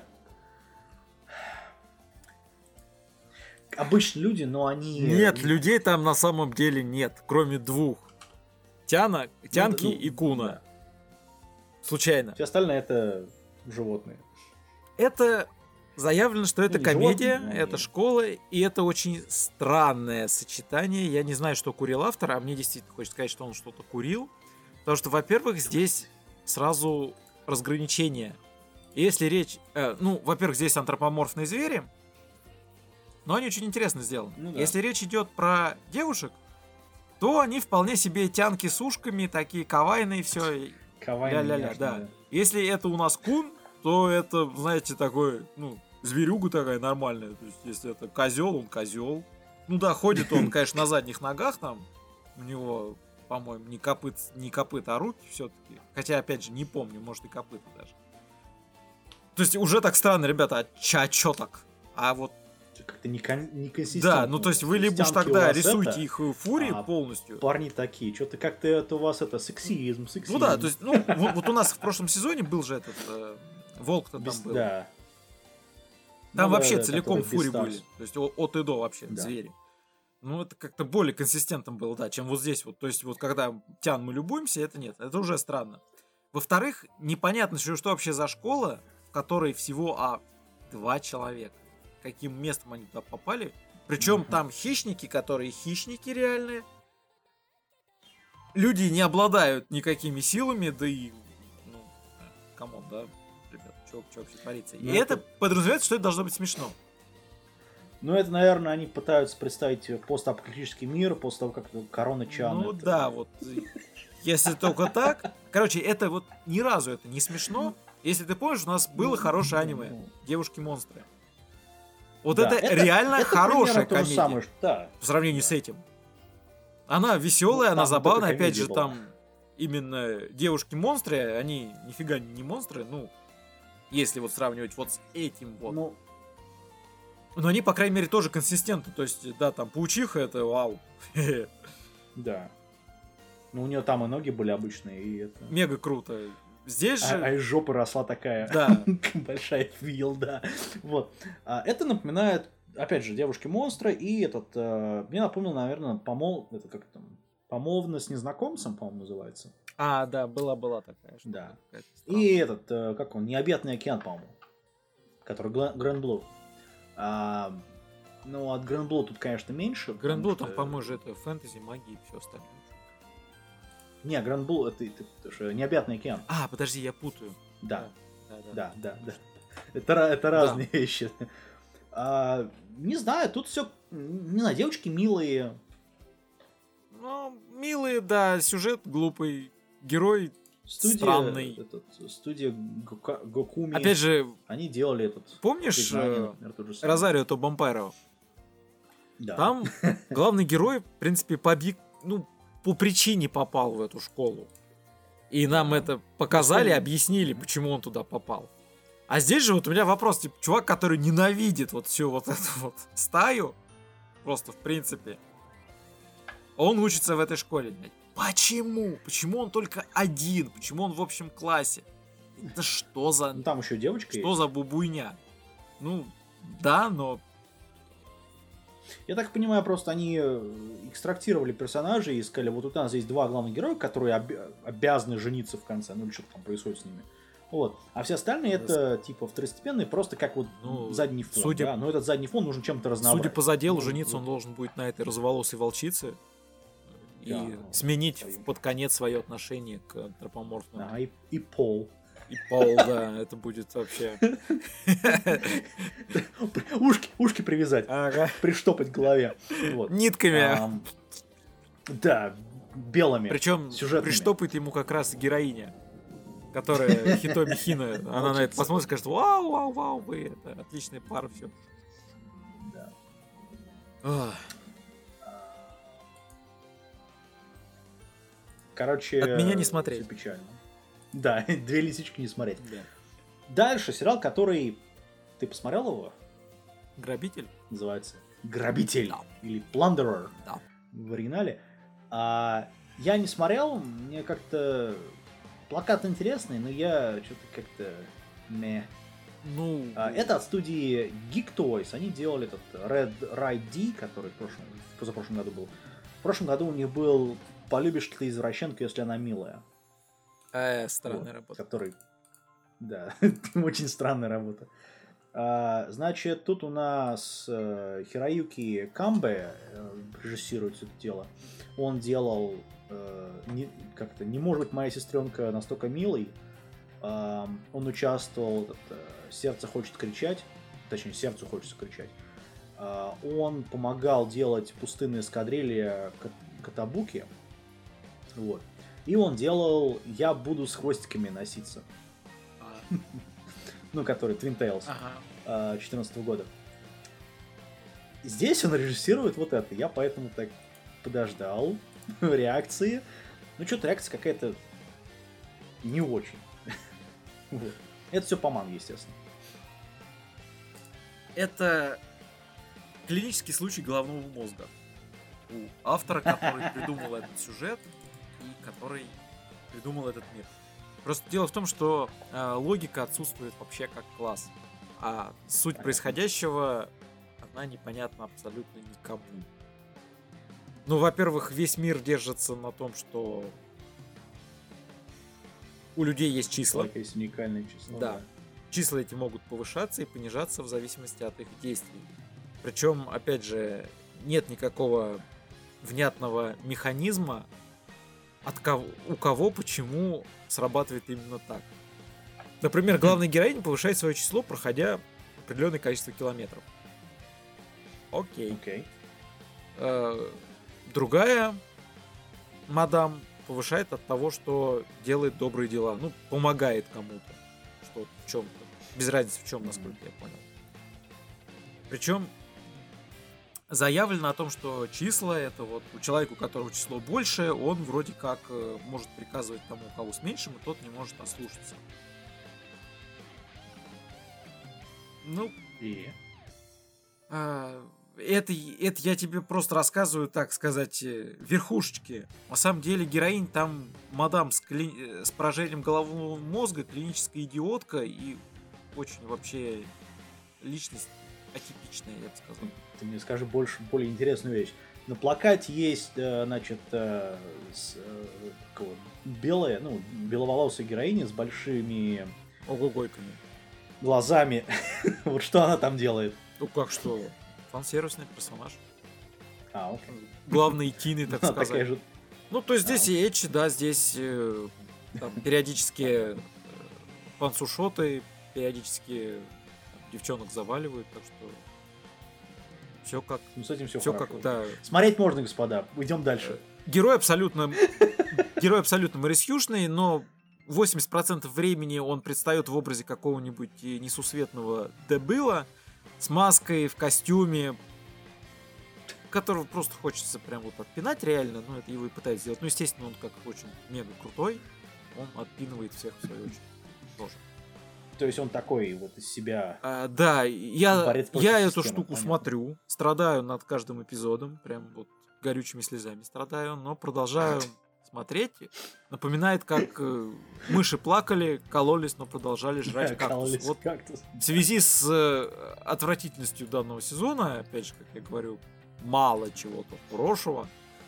обычные люди, но они... Нет, людей там на самом деле нет, кроме двух. Тяна, Тянки ну, ну, и Куна. Да. Случайно. Все остальные это животные. Это заявлено, что это ну, комедия, животные, это школа, и это очень странное сочетание. Я не знаю, что курил автор, а мне действительно хочется сказать, что он что-то курил. Потому что, во-первых, здесь сразу разграничение. Если речь... Э, ну, во-первых, здесь антропоморфные звери, но они очень интересно сделаны. Ну, да. Если речь идет про девушек, то они вполне себе тянки с ушками, такие кавайные, все. Кавайные, ля-ля-ля, да. да. Если это у нас кун, то это, знаете, такой, ну, зверюга такая нормальная. То есть, если это козел, он козел. Ну да, ходит он, конечно, на задних ногах там. У него, по-моему, не копыт, не копыта, а руки все-таки. Хотя, опять же, не помню, может и копыта даже. То есть уже так странно, ребята, а чё, чё так? А вот как-то не, кон- не консистентно. Да, ну то есть вы либо уж тогда рисуйте это, их фурии а полностью. Парни такие, что-то как-то это у вас это сексизм, сексизм. Ну да, то есть, ну вот, вот у нас в прошлом сезоне был же этот э, волк-то там был. Да. Там ну, вообще да, целиком фури были, то есть от и до вообще да. звери. Ну это как-то более консистентным было, да, чем вот здесь вот. То есть вот когда Тян мы любуемся, это нет, это уже странно. Во-вторых, непонятно, что, что вообще за школа, в которой всего а, два человека. Каким местом они туда попали. Причем mm-hmm. там хищники, которые хищники реальные. Люди не обладают никакими силами, да и... Ну, камон, да, ребят, что вообще творится? Ну, и это... это подразумевается, что это должно быть смешно. Ну, это, наверное, они пытаются представить постапокалиптический мир после того, как корона Чана. Ну, это... да, вот. Если только так... Короче, это вот ни разу это не смешно. Если ты помнишь, у нас было хорошее аниме «Девушки-монстры». Вот да, это, это реально это хорошая комедия самое, что, да. по сравнению да. с этим. Она веселая, ну, она забавная. Опять же, была. Там именно девушки-монстры, они нифига не монстры, ну, если вот сравнивать вот с этим вот. Ну, но они, по крайней мере, тоже консистентны. То есть, да, там паучиха это вау. Да. Ну, у нее там и ноги были обычные, и это... Мега круто. Здесь же... А, а из жопы росла такая да. большая вил, да. Вот. А, это напоминает, опять же, девушки-монстры, и этот... А, мне напомнил, наверное, помол... Это как там... Помолвна с незнакомцем, по-моему, называется. А, да, была-была такая. Да. И этот, э, как он, Необъятный океан, по-моему. Который Гранд Блу. А, ну, от Гранд Блу тут, конечно, меньше. Гранд Блу что... там, по-моему, же это фэнтези, магия и все остальное. Не, Гранд Блу это, это, это, это Необъятный океан. А, подожди, я путаю. Да. Да, да, да, да. да. Это, это разные да. вещи. А, не знаю, тут все, не знаю, девочки милые. Ну, милые, да, сюжет глупый, герой студия, странный. Этот, студия Гока, Гокуми. Опять же, они делали этот. Помнишь признание, Розарио то Бампайро? Да. Там главный герой, в принципе, по, объек... ну, по причине попал в эту школу. И нам да. это показали, ну, объяснили, почему он туда попал. А здесь же вот у меня вопрос, типа, чувак, который ненавидит вот всю вот эту вот стаю, просто в принципе, он учится в этой школе, блядь. Почему? Почему он только один? Почему он в общем классе? Это что за... Ну, там еще девочка Что есть. за бубуйня? Ну, да, но... Я так понимаю, просто они экстрактировали персонажей и сказали, вот у нас здесь два главных героя, которые об... обязаны жениться в конце, ну или что-то там происходит с ними. Вот. А все остальные это типа второстепенные, просто как вот ну, задний фон. Судя... Да? Но этот задний фон нужно чем-то разнообразить. Судя по заделу, жениться он должен будет на этой розоволосой волчице. И да, сменить свою. Под конец свое отношение к антропоморфному. А, и, и пол. И пол, да, это будет вообще... Ушки, ушки привязать, приштопать к голове. Нитками. Да, белыми. Причем приштопает ему как раз героиня, которая Хитоми Хина. Она на это посмотрит и скажет: вау, вау, вау, вы это отличная пара, все. Да. Короче, от меня не смотреть. Все печально. Да, две лисички не смотреть. Да. Дальше сериал, который... Ты посмотрел его? Грабитель? Называется Грабитель. Да. Или Plunderer. Да. В оригинале. А, я не смотрел, мне как-то... Плакат интересный, но я что-то как-то... Мeh. Ну... А, это от студии Geek Toys. Они делали этот Red Ride D, который в прошлом, в позапрошлом году был. В прошлом году у них был «Полюбишь ты извращенку, если она милая». Э, странная вот, работа. Который... Да, очень странная работа. А, значит, тут у нас э, Хироюки Камбе э, режиссирует все это дело. Он делал э, не, как-то «Не может быть моя сестренка настолько милой». Э, он участвовал в э, «Сердце хочет кричать». Точнее, «Сердцу хочется кричать». Э, он помогал делать «Пустынные эскадрильи» Катабуки. Вот. И он делал «Я буду с хвостиками носиться». Ну, который Twin Tales две тысячи четырнадцатого года. Здесь он режиссирует вот это. Я поэтому так подождал реакции. Ну, что-то реакция какая-то не очень. Вот. Это все по манге, естественно. Это клинический случай головного мозга. У автора, который придумал этот сюжет и который придумал этот мир. Просто дело в том, что э, логика отсутствует вообще как класс. А суть происходящего, она непонятна абсолютно никому. Ну, во-первых, весь мир держится на том, что у людей есть числа. Так, есть уникальные числа. Да. да. Числа эти могут повышаться и понижаться в зависимости от их действий. Причем, опять же, нет никакого внятного механизма, от кого, у кого, почему срабатывает именно так. Например, главная героиня повышает свое число, проходя определенное количество километров. Окей. Okay. Э, другая мадам повышает от того, что делает добрые дела. Ну, помогает кому-то. Что в чем-то. Без разницы в чем, насколько я понял. Причем заявлено о том, что числа это вот у человека, у которого число больше, он вроде как э, может приказывать тому, у кого с меньшим, и тот не может ослушаться. Ну, и э, это, это я тебе просто рассказываю, так сказать, э, верхушечки. На самом деле героинь там мадам с, кли... с поражением головного мозга, клиническая идиотка и очень вообще личность атипичная, я бы сказал. Ты мне скажи больше, более интересную вещь. На плакате есть, э, значит, э, с, э, кого, белая, ну, беловолосая героиня с большими Ого-гойками. глазами. Вот что она там делает? Ну как что? Фан-сервисный персонаж. А, окей. Главный тины, так Она сказать. такая же. Ну, то есть здесь А. и Эчи, да, здесь э, там, периодически э, пансушоты, периодически там, девчонок заваливают, так что все как, Ну, с этим все все хорошо. как, да. Смотреть можно, господа. Идем дальше. Герой абсолютно, герой абсолютно морисюшный, но восемьдесят процентов времени он предстает в образе какого-нибудь несусветного дебила с маской, в костюме, которого просто хочется прям вот отпинать реально, ну это его и пытается сделать. Ну, естественно, он как очень мега крутой, он отпинывает всех в свою очередь тоже. То есть он такой вот из себя... А, да, я, борец против я эту системы, штуку понятно. смотрю, страдаю над каждым эпизодом, прям вот горючими слезами страдаю, но продолжаю смотреть. Напоминает, как э, мыши плакали, кололись, но продолжали жрать кактус. Кололись Вот кактус. в связи с э, отвратительностью данного сезона, опять же, как я говорю, мало чего-то хорошего.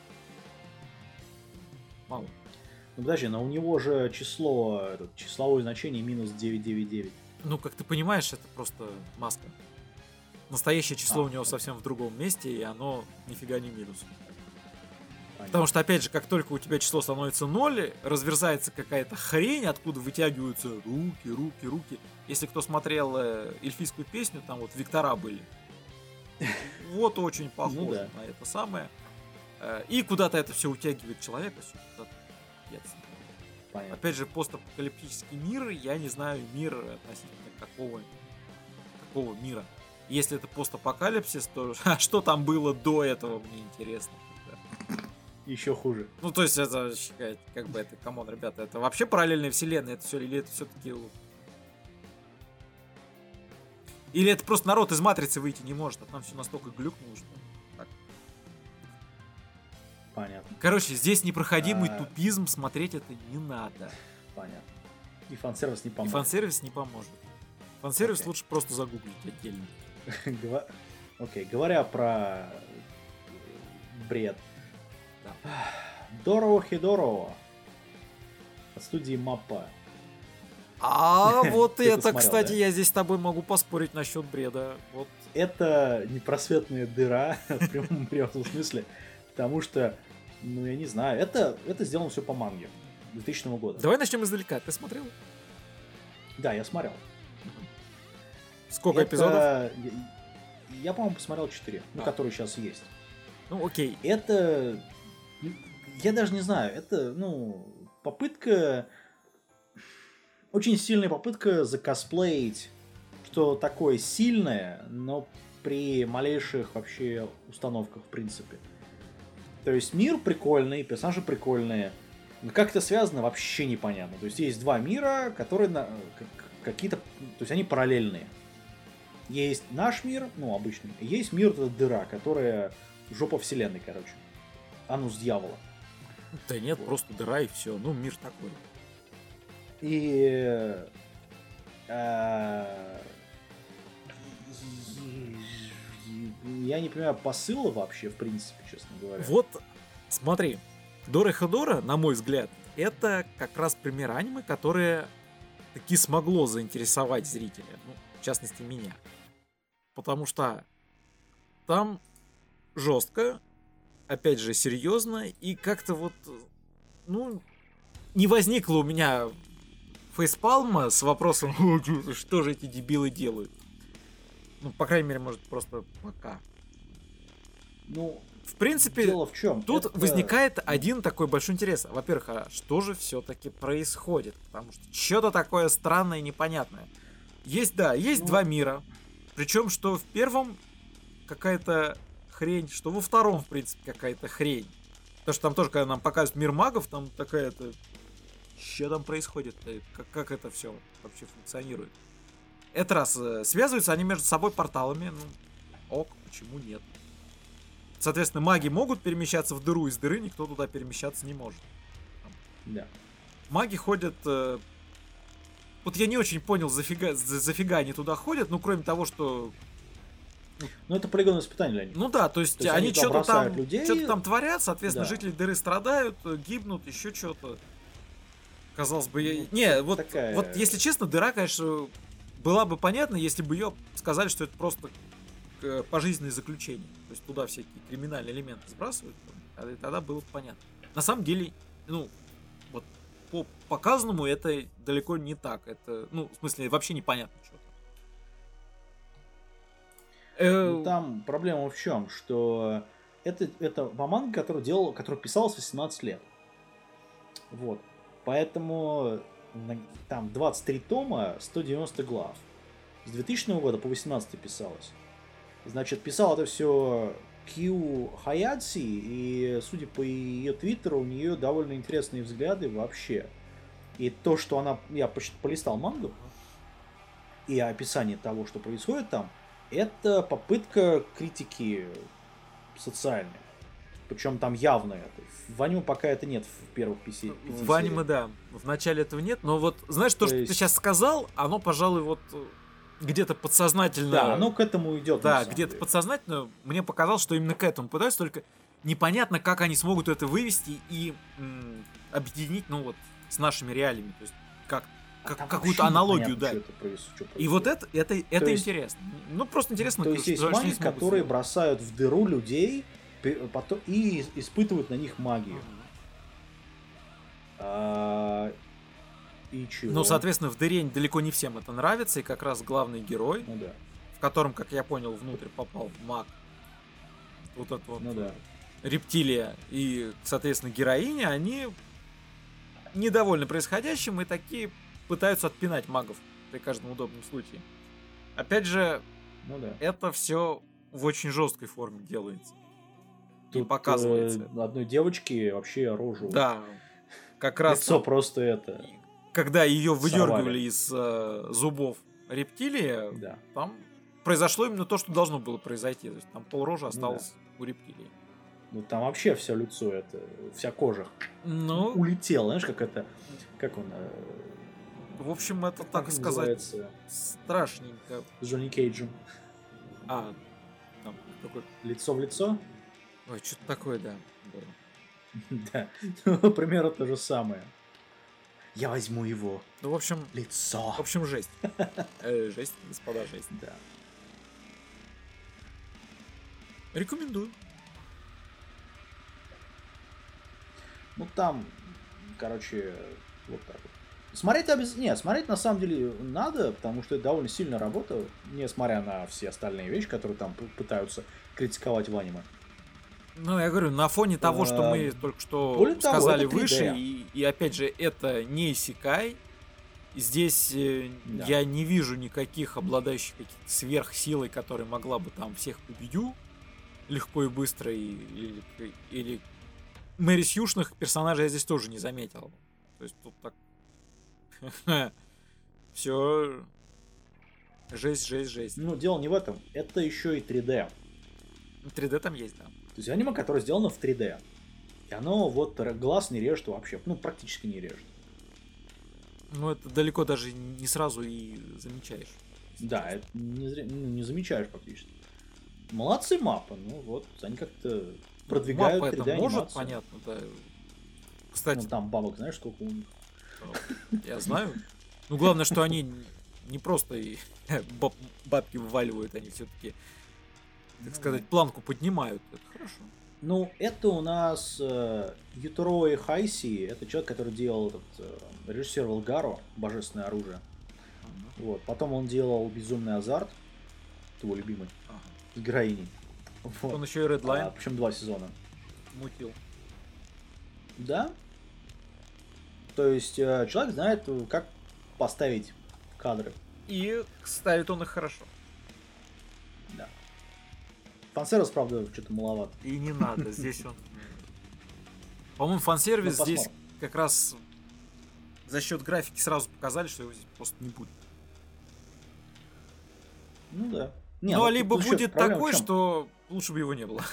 Мало. Ну подожди, но у него же число, этот, числовое значение минус девятьсот девяносто девять. Ну, как ты понимаешь, это просто маска. Настоящее число А, у него да. совсем в другом месте, и оно нифига не минус. Понятно. Потому что, опять же, как только у тебя число становится ноль, разверзается какая-то хрень, откуда вытягиваются руки, руки, руки. Если кто смотрел э, эльфийскую песню, там вот Виктора были. Вот очень похоже Ну да. на это самое. Э, И куда-то это все утягивает человека, всё куда-то деться. Понятно. Опять же, постапокалиптический мир, я не знаю мир относительно какого, какого мира. Если это постапокалипсис, то а что там было до этого, мне интересно. Да. Еще хуже. Ну, то есть, это, как, как бы, это, камон, ребята, это вообще параллельная вселенная, это все, или это все-таки... Или это просто народ из Матрицы выйти не может, а там все настолько глюкнуло, что... Так. Понятно. Короче, здесь непроходимый А. тупизм, смотреть это не надо. Понятно. И фан-сервис не И поможет. фан-сервис не поможет. Фан-сервис Окей. лучше просто загуглить отдельно. Гва- Окей, говоря про бред. Да. Дороу Хидороу от студии Маппа. А вот Ты это это, смотрел, кстати, да? я здесь с тобой могу поспорить насчет бреда. Вот. Это непросветная дыра в прямом прямом смысле, потому что, ну я не знаю, это, это сделано все по манге двухтысячного года. Давай начнем издалека. Ты смотрел? Да, я смотрел. Сколько Это- эпизодов? Я, я, по-моему, посмотрел четыре, ну, А. которые сейчас есть. Ну, окей. Это, я даже не знаю, это, ну, попытка, очень сильная попытка закосплеить, что такое сильное, но при малейших вообще установках, в принципе. То есть мир прикольный, персонажи прикольные, но как это связано, вообще непонятно. То есть есть два мира, которые на- как- какие-то, то есть они параллельные. Есть наш мир, ну, обычный, и есть мир, это дыра, которая жопа вселенной, короче. Анус дьявола. Да нет, просто дыра и все. Ну, мир такой. И... э, Я не понимаю посыла вообще, в принципе, честно говоря. Вот, смотри. Дорохедора, на мой взгляд, это как раз пример аниме, которое таки смогло заинтересовать зрителя. Ну, в частности, меня. Потому что там жестко, опять же, серьезно, и как-то вот, ну, не возникло у меня фейспалма с вопросом, что же эти дебилы делают. Ну, по крайней мере, может, просто пока. Ну, В принципе, дело в чем? тут возникает один такой большой интерес. Во-первых, а что же все-таки происходит? Потому что что-то такое странное и непонятное. Есть, да, есть Ну. два мира. Причем, что в первом какая-то хрень, что во втором, в принципе, какая-то хрень. Потому что там тоже, когда нам показывают мир магов, там такая-то... Что там происходит? Как, как это все вообще функционирует? Это раз. э, Связываются они между собой порталами. Ну, ок, почему нет? Соответственно, маги могут перемещаться в дыру, из дыры никто туда перемещаться не может. Да. Маги ходят... э, Вот я не очень понял, зафига, за- зафига они туда ходят, ну, кроме того, что Ну, это полигонное испытание для них. Ну да, то есть, То есть они они туда что-то там, бросают людей. что-то там творят, соответственно, Да. жители дыры страдают, э, гибнут, еще что-то. Казалось бы, я... Ну, не, вот, такая- вот если честно, дыра, конечно, была бы понятна, если бы ее сказали, что это просто э, пожизненное заключение. То есть туда всякие криминальные элементы сбрасывают, там, и тогда было бы понятно. На самом деле, ну, вот по показанному это далеко не так. Это, ну, в смысле, вообще непонятно что-то. Ну, там проблема в чем, что это, это манга, которую делал, которую писалась в восемнадцать лет. Вот. Поэтому на- там двадцать три тома, сто девяносто глав. С двухтысячного года по восемнадцатый писалось. Значит, писал это все Кью Хаядзи, и, судя по ее твиттеру, у нее довольно интересные взгляды вообще. И то, что она... Я поч- полистал мангу, и описание того, что происходит там, это попытка критики социальной. Причем там явно это. В аниме пока это нет в первых пяти пяти В аниме, сериях. да. В начале этого нет, но вот, знаешь, то, То что есть- ты сейчас сказал, оно, пожалуй, вот э, где-то подсознательно... Да, оно к этому идет. на Да, самом где-то деле. подсознательно мне показалось, что именно к этому пытаются, только непонятно, как они смогут это вывести и м, объединить, ну вот, с нашими реалиями. То есть, как, А как- там какую-то вообще аналогию непонятно, дать. что это проис- что И вот происходит. это, это, это есть- интересно. Ну, просто интересно, То есть что- есть что они маги, смогут которые сделать. бросают в дыру людей, пе- потом- и испытывают на них магию. А, И чего? Ну, соответственно, в дыре далеко не всем это нравится, и как раз главный герой, Ну да, в котором, как я понял, внутрь попал маг, вот этот вот ну да. рептилия и, соответственно, героиня, они недовольны происходящим и такие пытаются отпинать магов при каждом удобном случае. Опять же, Ну да. это все в очень жесткой форме делается. И Тут, показывается. э, одной девочке вообще рожу. Да, как раз Лицо просто это. когда ее выдергивали сорвали. из э, зубов рептилии, Да. там произошло именно то, что должно было произойти. То есть там полрожи Ну осталось у рептилии. Ну там вообще все лицо, это вся кожа Ну, улетела, знаешь, как это, как он, э, в общем, это, как так он сказать, называется, страшненько. с Джонни Кейджем. А, там какой... Лицо в лицо? Ой, что-то такое, да. было. Да, ну, примерно то же самое. Я возьму его Ну, в общем, лицо. в общем, жесть. Э, жесть, господа, жесть. Да. Рекомендую. Ну там, короче, вот так вот. Смотреть обез... Нет, смотреть на самом деле надо, потому что это довольно сильная работа, несмотря на все остальные вещи, которые там п- пытаются критиковать в аниме. Ну, я говорю, на фоне того, что мы А, только что более того, сказали это три дэ. выше, и, и опять же, это не исекай. Здесь э, Да. я не вижу никаких обладающих каких-то сверхсилой, которая могла бы там всех победю легко и быстро, и, или, или Мэри Сьюшных персонажей я здесь тоже не заметил. То есть тут так все жесть, жесть, жесть. Ну, дело не в этом, это еще и три дэ. три дэ там есть, да. То есть аниме, которое сделано в три дэ. И оно вот р- глаз не режет вообще, ну, практически не режет. Ну, это далеко даже не сразу и замечаешь. если Да, честно. это не, зря- ну, не замечаешь практически. Молодцы Маппа, ну вот, они как-то продвигают Маппа три это дэ может, анимацию. понятно, да. Кстати, Ну, там бабок, знаешь, сколько у них? я знаю. Ну, главное, что они не просто и баб- бабки вываливают, они все-таки, так сказать, планку поднимают. Это хорошо. Ну, это у нас э, Ютуро Хайси, это человек, который делал этот, э, режиссер Волгаро, Божественное оружие. Вот. Потом он делал Безумный азарт, твой любимый, Ага. с героиней. Вот. Он еще и Redline А, причем два сезона. мутил. Да. То есть э, человек знает, э, как поставить кадры. И ставит он их хорошо. Да. Фансервис, правда, что-то маловато. И не надо, здесь он... По-моему, фан-сервис Ну, здесь посмотрим. как раз за счет графики сразу показали, что его здесь просто не будет. Ну да. Не, Ну, ну, а тут либо еще будет проблема в такой, чем? что лучше бы его не было.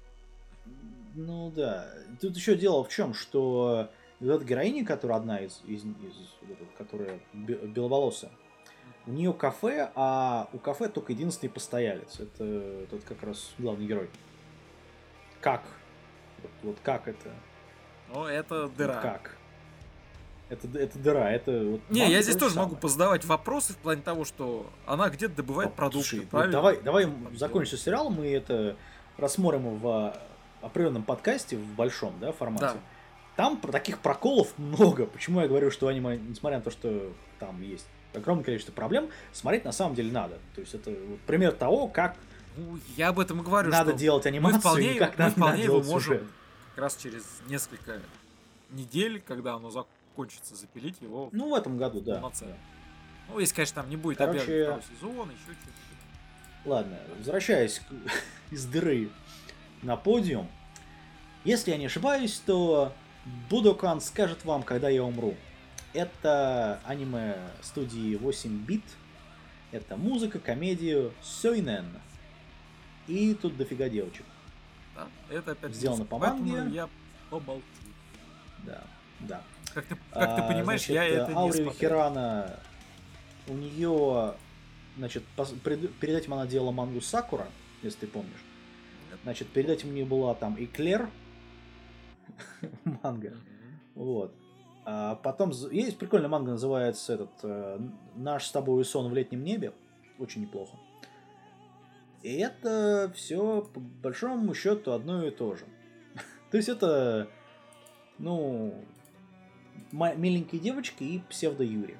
Ну да. Тут еще дело в чем, что вот эта героиня, которая одна из, из, из вот эта, которая бе- беловолосая, У нее кафе, а у кафе только единственный постоялец. Это тот как раз главный герой. Как? Вот, вот как это? Ну, это Вот дыра. как? Это, это дыра, это... Вот Не, манга я здесь то же тоже самое. могу позадавать вопросы в плане того, что она где-то добывает Ну, продукты, слушай, ну, правильно? давай, давай Что-то закончим с сериалом, мы это рассмотрим в определенном подкасте, в большом, да, формате. Да. Там про таких проколов много. Почему я говорю, что аниме, несмотря на то, что там есть огромное количество проблем, смотреть на самом деле надо. То есть это вот пример того, как Ну, я об этом и говорю, надо что делать анимацию мы вполне, и как мы надо, вполне надо его делать можем сюжет. как раз через несколько недель, когда оно закончится, запилить его Ну, в этом году, да. полноценно. Ну, если, конечно, там не будет Короче, объявлен второй сезон, еще что-то. Ладно, возвращаясь к- из дыры на подиум. Если я не ошибаюсь, то Будокан скажет вам, когда я умру. Это аниме студии восемь бит. Это музыка, комедию, сёйнэн. И тут дофига девочек. Да, это опять Сделано музыка, по поэтому манге. я помолчу. Да, да. Как ты, как ты А, понимаешь, значит, я это не Аурио смотрел. Хирана, у нее, значит, пос- пред- перед этим она делала мангу Сакура, если ты помнишь. Значит, перед этим у нее была там Эклер, манга. Мгм. Вот. А потом з- есть прикольная манга, называется этот э, «Наш с тобой сон в летнем небе». Очень неплохо. И это все по большому счету одно и то же. То есть это, ну, ма- миленькие девочки и псевдо-Юри.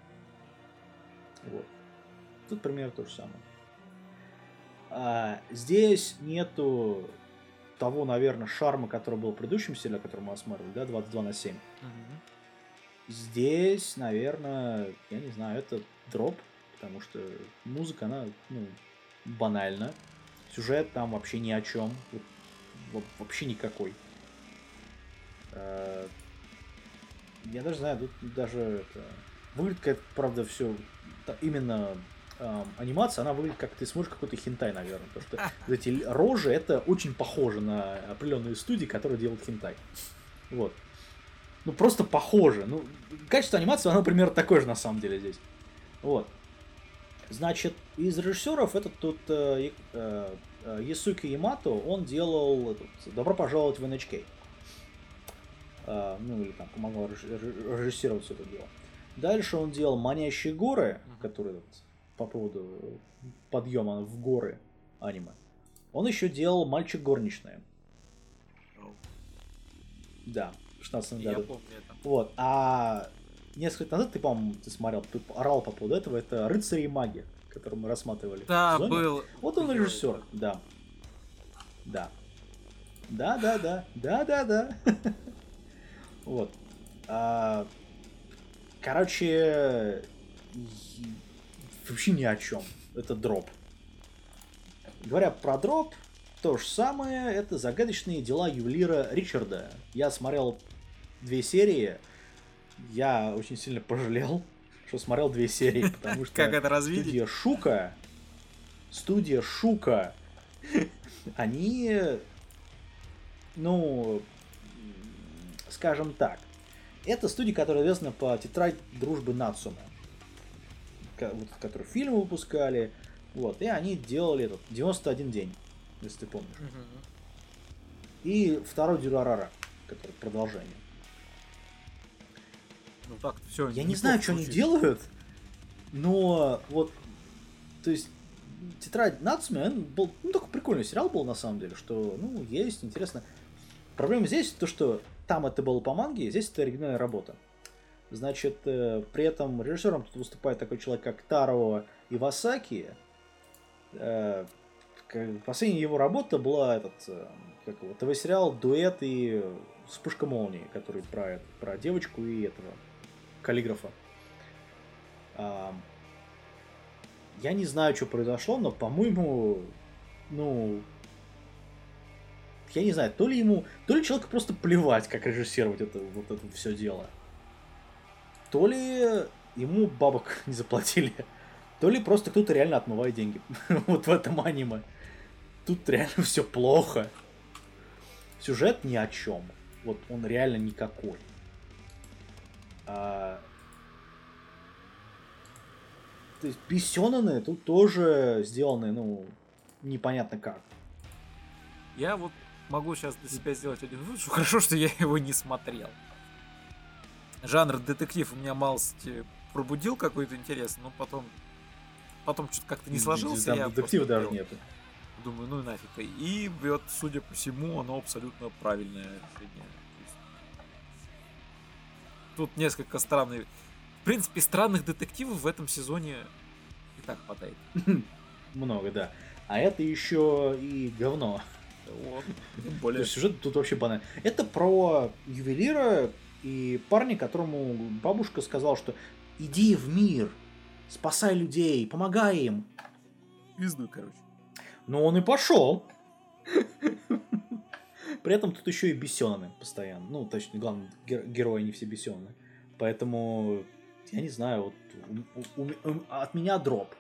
Вот. Тут примерно то же самое. А, здесь нету того, наверное, шарма, который был в предыдущем сериале, который мы осматривали, да, двадцать два на семь. Мгм. Здесь, наверное, я не знаю, это дроп, потому что музыка, она, ну, банальна. Сюжет там вообще ни о чем. Вот, во- вообще никакой. Э, Я даже знаю, тут даже это... Выглядит как, правда, все именно эм, анимация, она выглядит как ты смотришь какой-то хентай, наверное. Потому что вот эти л- рожи, это очень похоже на определенные студии, которые делают хентай. Вот. Ну, просто похоже. Ну, качество анимации, оно примерно такое же, на самом деле, здесь. Вот. Значит, из режиссеров этот тут э, э, э, Ясуки Ямато, он делал этот, «Добро пожаловать в эн эйч кей». Э, ну, или там помогал реж- реж- режиссировать все это дело. Дальше он делал «Манящие горы», Мгм. который вот, по поводу подъема в горы аниме. Он еще делал «Мальчик горничная». О, Да, в шестнадцатом Я году. помню это. Вот, а несколько лет назад, ты, по-моему, ты смотрел, ты орал по поводу этого, это «Рыцари и маги», который мы рассматривали в Да, сезоне. был. Вот он Ой, режиссер, да. Да. Да, да, да. Да, да, да. Вот. А, Короче, и- вообще ни о чем. Это дроп. Говоря про дроп, то же самое, это загадочные дела ювелира Ричарда. Я смотрел две серии, я очень сильно пожалел, что смотрел две серии, потому что Как это развидеть? студия Шука, студия Шука, они, ну, скажем так, это студия, которая известна по «Тетрадь дружбы Нацуме», ко- вот, которую фильмы выпускали, вот, и они делали этот девяносто один день, если ты помнишь. Мгм. И второй Дюрарара, который продолжение. Ну так все. Я не знаю, что они делают, но вот, то есть, «Тетрадь Нацуме», он был, ну, такой прикольный сериал был, на самом деле, что, ну, есть, интересно. Проблема здесь то, что там это было по манге, здесь это оригинальная работа. Значит, э, при этом режиссером тут выступает такой человек, как Таро Ивасаки. Э, к- Последняя его работа была этот, э, как его, ТВ-сериал «Дуэт» и «Вспышка молнии», который про, это- про девочку и этого каллиграфа. А, Я не знаю, что произошло, но, по-моему, ну, я не знаю, то ли ему, то ли человеку просто плевать, как режиссировать это, вот это все дело, то ли ему бабок не заплатили, то ли просто кто-то реально отмывает деньги. Вот в этом аниме. Тут реально все плохо. Сюжет ни о чем. Вот он реально никакой. А, То есть бисёнэны тут тоже сделаны, ну, непонятно как. Я вот могу сейчас для себя сделать один вывод, что хорошо, что я его не смотрел. Жанр детектив у меня малость пробудил какой-то интерес, но потом потом что-то как-то не сложился. Там я детектива даже нету. Думаю, ну и нафиг. И вот, судя по всему, оно абсолютно правильное решение. Тут несколько странных... В принципе, странных детективов в этом сезоне и так хватает. Много, да. А это еще и говно. Вот. Более... Сюжет тут вообще банальный. Это про ювелира и парня, которому бабушка сказала, что иди в мир, спасай людей, помогай им. Пиздуй, короче. Но он и пошел. При этом тут еще и бесёнаны постоянно. Ну, точнее, главное, гер- герои не все бесёнаны. Поэтому, я не знаю, вот у, у, у, от меня дроп.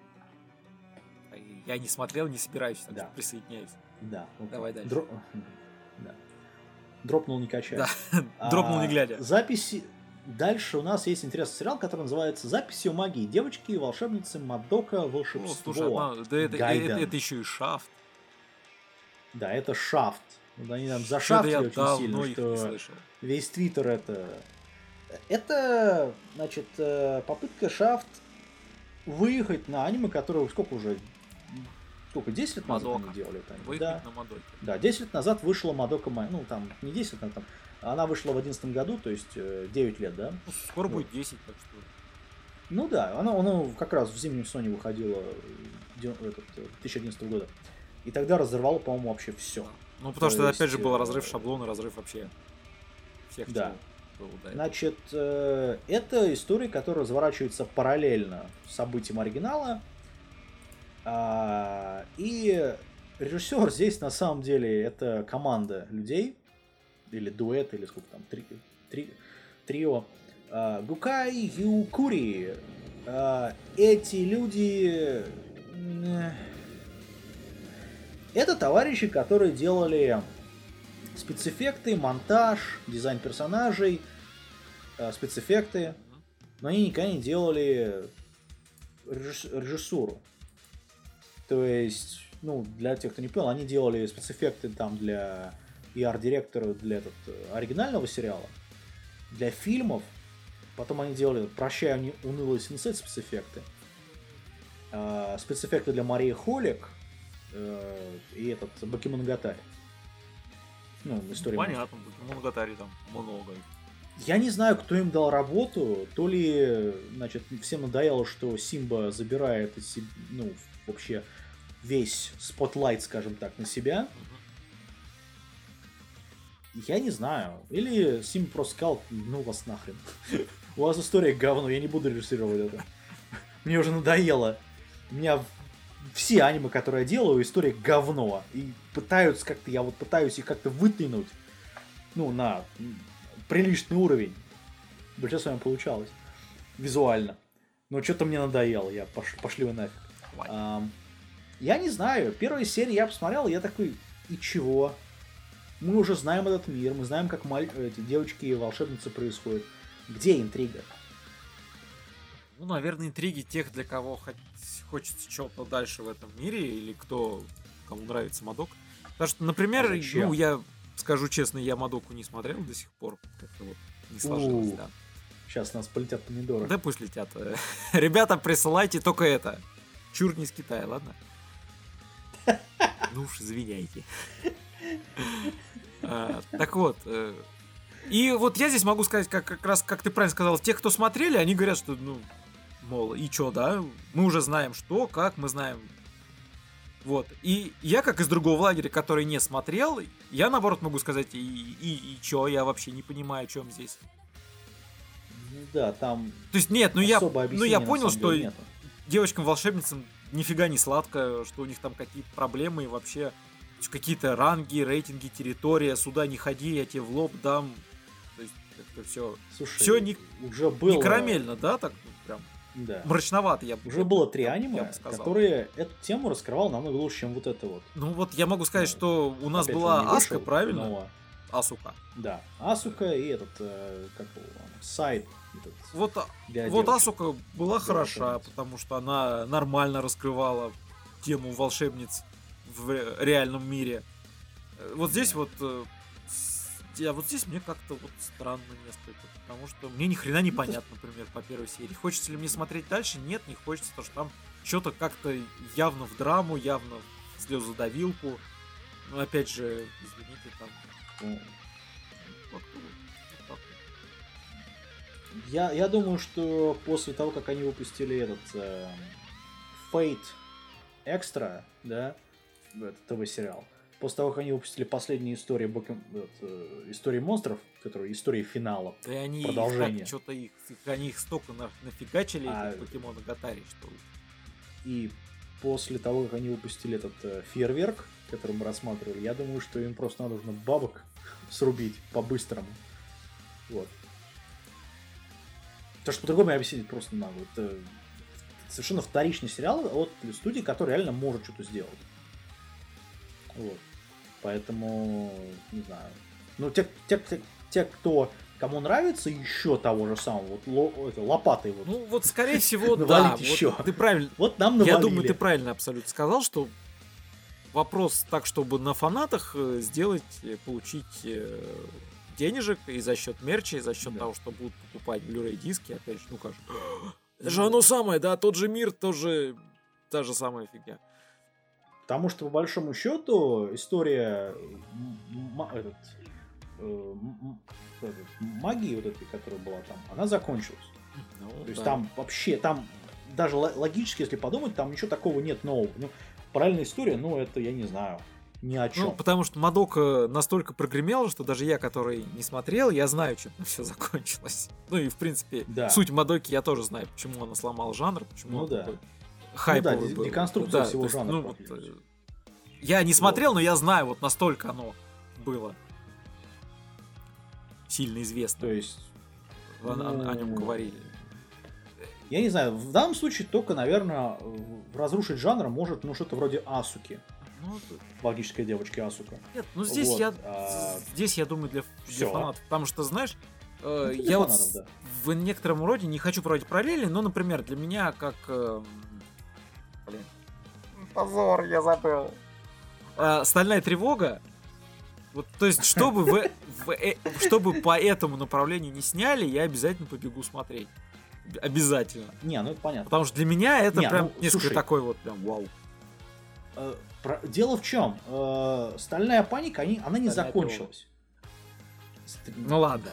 Я не смотрел, не собираюсь, так да. что присоединяюсь. Да. Вот давай дальше. Дро... Да. Дропнул не качай. Да. Дропнул не глядя. Записи... Дальше у нас есть интересный сериал, который называется «Записи о магии девочки и волшебницы Мадока волшебство». О, слушай, одна... да это, это, это еще и Шафт. Да, это Шафт. Они там зашафтили очень сильно, что весь твиттер это... Это, значит, попытка Шафт выехать на аниме, которое сколько уже... Сколько, десять лет назад Мадока. они делали это? Выехать да. на Мадоке. Да, десять лет назад вышла Мадока, ну там, не десять лет, там, она вышла в одиннадцатом году, то есть девять лет, да? Ну, скоро вот. Будет десять, так что... Ну да, она, она как раз в зимнем Соне выходила две тысячи одиннадцатого года. И тогда разорвала, по-моему, вообще все. Ну, потому то что, есть, опять же, был разрыв шаблона, разрыв вообще всех, да. Было, да. Значит, э, это история, которая разворачивается параллельно событиям оригинала. А, и режиссер здесь, на самом деле, это команда людей, или дуэт, или сколько там, три, три, трио. А, Гукай Юкури. А, эти люди... Это товарищи, которые делали спецэффекты, монтаж, дизайн персонажей, э, спецэффекты, но они никогда не делали режисс- режиссуру. То есть, ну, для тех, кто не понял, они делали спецэффекты там для и арт-директора для этот, оригинального сериала, для фильмов, потом они делали «Прощай, унылый сенсей» спецэффекты, э, спецэффекты для Марии Холик, и этот Бакимоногатари. Ну, история. Понятно, Бакимоногатари там много. Я не знаю, кто им дал работу, то ли, значит, всем надоело, что Симба забирает ну, вообще весь спотлайт, скажем так, на себя. Uh-huh. Я не знаю. Или Симба просто сказал, ну вас нахрен. У вас история говно, я не буду режиссировать это. Мне уже надоело. У меня все аниме, которые я делаю, история говно. И пытаются как-то, я вот пытаюсь их как-то вытянуть, ну, на приличный уровень. Большинство с вами получалось. Визуально. Но что-то мне надоело, я пош... пошли вы нафиг. А, я не знаю, первые серии я посмотрел, и я такой, и чего? Мы уже знаем этот мир, мы знаем, как маль... эти девочки и волшебницы происходят. Где интрига? Ну, наверное, интриги тех, для кого хоть хочется чего-то дальше в этом мире, или кто, кому нравится Мадок. Потому что, например, а ну, я скажу честно, я Мадоку не смотрел до сих пор. Как-то вот не сложилось, У-у-у. да. Сейчас нас полетят помидоры. Да пусть летят. Ребята, присылайте только это. Чур не с Китая, ладно? Ну уж извиняйте. А, так вот. И вот я здесь могу сказать, как, как раз, как ты правильно сказал, те, кто смотрели, они говорят, что, ну, мол, и чё, да? Мы уже знаем что, как, мы знаем. Вот. И я, как из другого лагеря, который не смотрел, я, наоборот, могу сказать, и, и, и чё, я вообще не понимаю, о чем здесь. Ну да, там... То есть, нет, ну я, ну я понял, что девочкам-волшебницам нифига не сладко, что у них там какие-то проблемы и вообще какие-то ранги, рейтинги, территория, сюда не ходи, я тебе в лоб дам. То есть, это все... Слушай, все не, уже было... не карамельно, да, так ну, прям да. мрачновато, я бы Уже было три аниме, сказал. которые эту тему раскрывал намного лучше, чем вот это вот. Ну вот я могу сказать, ну, что у нас опять была же, Аска, вышел, правильно? Но... Асука. Да, Асука и этот, э, как его, Сайд. Этот, вот вот Асука была хороша, потому что она нормально раскрывала тему волшебниц в реальном мире. Вот здесь да. вот... А вот здесь мне как-то вот странно несколько, потому что мне ни хрена не понятно, например, по первой серии. Хочется ли мне смотреть дальше? Нет, не хочется, потому что там что-то как-то явно в драму, явно в слезодавилку. Но опять же, извините, там... Ну, вот, вот, я, я думаю, что после того, как они выпустили этот э, Fate Extra, да, этот ТВ-сериал, после того, как они выпустили последние истории, Бокем... э, истории монстров, которые истории финала, да и они продолжение. Их, что-то их, они их столько на, нафигачили, а... этих покемонов Гатари, что... И после того, как они выпустили этот э, фейерверк, который мы рассматривали, я думаю, что им просто надо нужно бабок срубить по-быстрому. Вот. Потому что по-другому я объяснить просто не могу. Это совершенно вторичный сериал от студии, которая реально может что-то сделать. Вот. Поэтому, не знаю. Ну, те, те, те, те кто, кому нравится еще того же самого, вот ло, это, лопатой вот. Ну, вот, скорее всего, да. еще. Вот, ты правильно. Вот нам навалили. Я думаю, ты правильно абсолютно сказал, что вопрос так, чтобы на фанатах сделать, получить денежек и за счет мерча, и за счет да. того, что будут покупать Blu-ray диски, опять же, ну как же. Это же оно самое, да, тот же мир, тоже та же самая фигня. Потому что, по большому счету, история м- этот, э, м- этот, магии вот этой, которая была там, она закончилась. Ну, То да. есть там вообще, там даже логически, если подумать, там ничего такого нет нового. Ну, параллельная история, ну, это, я не знаю, ни о чем. Ну, потому что Мадока настолько прогремела, что даже я, который не смотрел, я знаю, чем все закончилось. Ну и, в принципе, да. суть Мадоки я тоже знаю, почему она сломала жанр, почему ну, да. такой хайповый ну, да, был. Деконструкция да, всего есть, жанра. Ну, вот, я не смотрел, вот. но я знаю, вот настолько оно было сильно известно. То есть... О, ну... о нем говорили. Я не знаю, в данном случае только, наверное, разрушить жанр может, ну, что-то вроде Асуки. Ну, логической девочки Асука. Нет, ну здесь вот, я а... здесь я думаю для, для фанатов, потому что, знаешь, э, ну, я фанатов, вот да. в некотором роде не хочу проводить параллели, но, например, для меня как... Э, блин. Позор, я забыл. Э, «Стальная тревога». Вот, то есть, чтобы, в, в, э, чтобы по этому направлению не сняли, я обязательно побегу смотреть. Обязательно. Не, ну это понятно. Потому что для меня это не, прям ну, несколько слушай, такой вот прям вау. Э, про... Дело в чем? Э, «Стальная паника», они, она не Стальная закончилась. Ст... Ну ладно.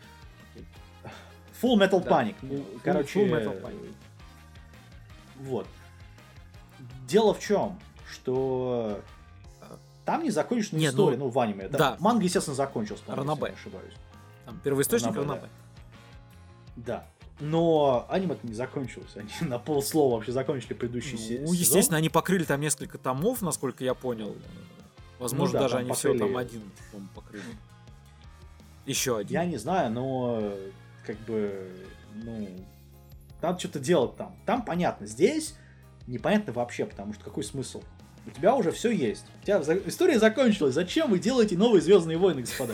Full Metal да. Panic. Ну, короче, Full Metal Panic. Вот. Дело в чем, что там не закончена не, история, ну, ну, в аниме. Да. Манга, естественно, закончилась, Ранобэ. если не ошибаюсь. Там первоисточник Ранобэ. Да. Но аниме-то не закончилось. Они на полслова вообще закончили предыдущий ну, сезон. Ну, естественно, они покрыли там несколько томов, насколько я понял. Возможно, ну, да, даже они покрыли... все там один том покрыли. Еще один. Я не знаю, но как бы, ну, надо что-то делать там. Там понятно. Здесь непонятно вообще, потому что какой смысл? У тебя уже все есть. У тебя история закончилась. Зачем вы делаете новые Звездные войны, господа?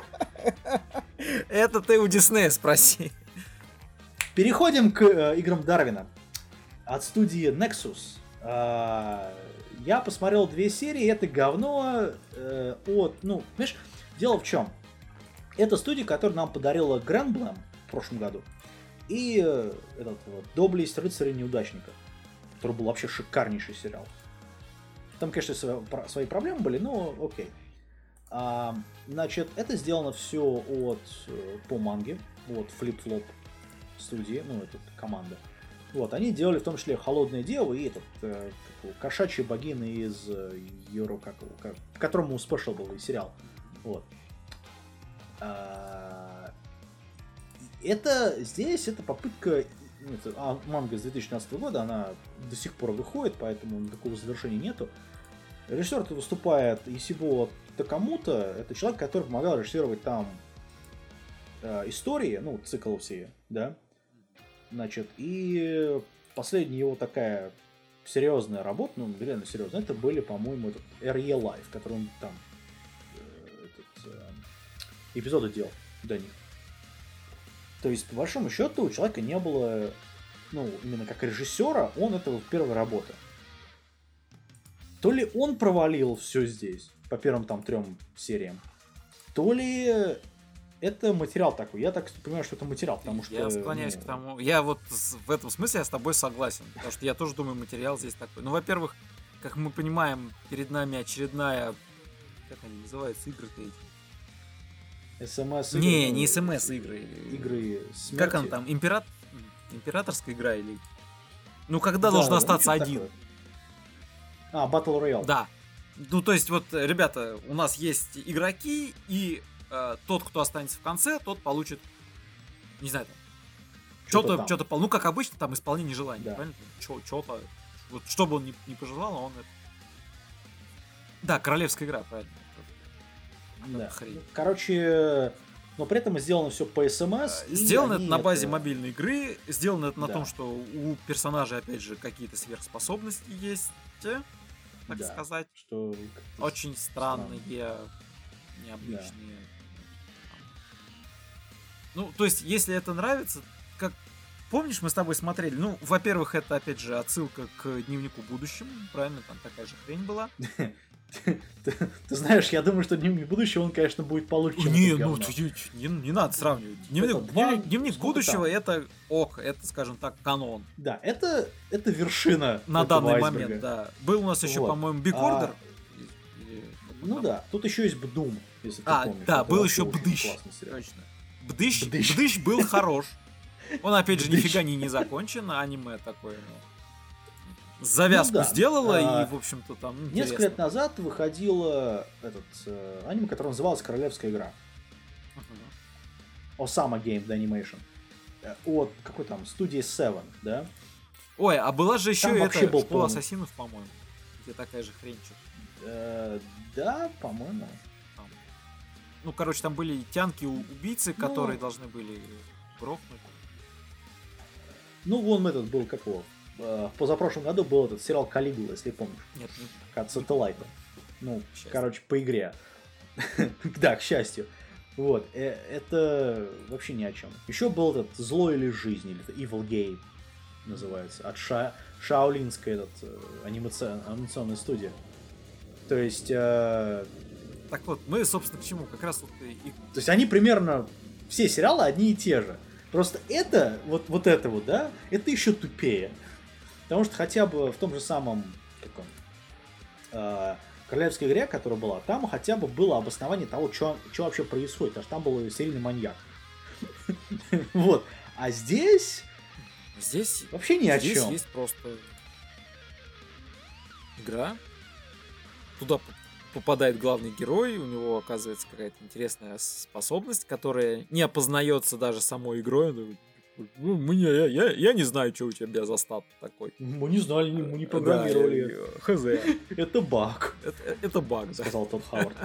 Это ты у Диснея спроси. Переходим к э, играм Дарвина. От студии Nexus. Э, я посмотрел две серии, это говно э, от... Ну, понимаешь, дело в чем? Это студия, которая нам подарила Грэнблэм в прошлом году. И э, этот вот Доблесть рыцаря неудачника, который был вообще шикарнейший сериал. Там, конечно, свои проблемы были, но окей. А, значит, это сделано все от, по манге, от Flip Flop студии, ну, это команда. Вот, они делали в том числе «Холодное дерево» и этот, э, кошачья богина из Евро, как его, как, по которому спешл был и сериал. Вот. А, это здесь, это попытка, это, а, манга с две тысячи двенадцатого года, она до сих пор выходит, поэтому никакого завершения нету. Режиссер выступает Исибо Такамуто, это человек, который помогал режиссировать там э, истории, ну, цикл все, да. Значит, и последняя его такая серьезная работа, ну, реально серьезная, это были, по-моему, этот эр и Life, который он там э, этот, э, эпизоды делал до них. То есть, по большому счету, у человека не было, ну, именно как режиссера, он этого первой работы. То ли он провалил все здесь, по первым там трем сериям, то ли это материал такой. Я так понимаю, что это материал, потому что... Я склоняюсь ну... к тому... Я вот в этом смысле я с тобой согласен, потому что я тоже думаю, материал здесь такой. Ну, во-первых, как мы понимаем, перед нами очередная... Как они называются, игры-то эти? СМС-игры? Не, не СМС-игры. Игры смерти. Как он там? Императ... Императорская игра или... Ну, когда да, должен остаться один? Такое. А, Battle Royale. Да. Ну, то есть, вот, ребята, у нас есть игроки, и э, тот, кто останется в конце, тот получит, не знаю, там, что-то, что-то, что-то, ну, как обычно, там, исполнение желаний, да. Правильно? Что-то, вот, что бы он ни, ни пожелал, он это... Да, королевская игра, правильно. Да. Короче, но при этом сделано все по СМС. Сделано это на базе это... мобильной игры, сделано это на да. том, что у персонажей, опять же, какие-то сверхспособности есть, так да, сказать. Что очень странные, странно. Необычные. Да. Ну, то есть, если это нравится, как помнишь, мы с тобой смотрели, ну, во-первых, это, опять же, отсылка к Дневнику будущему, правильно, там такая же хрень была. Ты, ты, ты знаешь, я думаю, что Дневник будущего, он, конечно, будет получше, чем не, ну, ты, не, не надо сравнивать. Дневник, это два, дневник, дневник будущего там? Это ок, это, скажем так, канон. Да, это, это вершина на данный айсберга. момент, да. Был у нас еще, вот. По-моему, Big Order. А... Или... Ну там? Да, тут еще есть Бдум, если а, ты помнишь. Да, был еще Бдыщ. Точно. Бдыщ, Бдыщ. Бдыщ был хорош. Он, опять же, нифига не, не закончен, аниме такое, ну. Завязку ну, да. сделала, а, и, в общем-то, там интересно. Несколько лет назад выходила этот э, аниме, который назывался «Королевская игра». Uh-huh. Osama Game The Animation. От какой там, студии Seven, да? Ой, а была же еще это «Школа полный... ассасинов», по-моему. Где такая же хрень что-то. Э, да, по-моему. Там. Ну, короче, там были тянки-убийцы, ну... которые должны были грохнуть. Ну, вон этот был, как его... В позапрошлом году был этот сериал «Калигула», если помнишь. Нет, нет. От Сателлайта. Ну, короче, по игре. Да, к счастью. Вот. Это вообще ни о чем. Еще был этот «Зло или жизнь», или Evil Game называется. От Ша... Шаолинской этот, анимационная студия. То есть... Э... Так вот, мы, собственно, к чему? Как раз вот... И... То есть они примерно... Все сериалы одни и те же. Просто это, вот, вот это вот, да, это еще тупее. Потому что хотя бы в том же самом каком, э, Королевской игре, которая была, там хотя бы было обоснование того, что вообще происходит. Потому что там был серийный маньяк. Вот. А здесь... Здесь... Вообще ни о чем. Здесь есть просто... игра. Туда попадает главный герой, у него оказывается какая-то интересная способность, которая не опознается даже самой игрой. Ну, мне, я, я, я не знаю, что у тебя за стат такой. Мы не знали, мы не программировали. Да, хз. Это баг. Это, это баг, да. Сказал тот Хауард.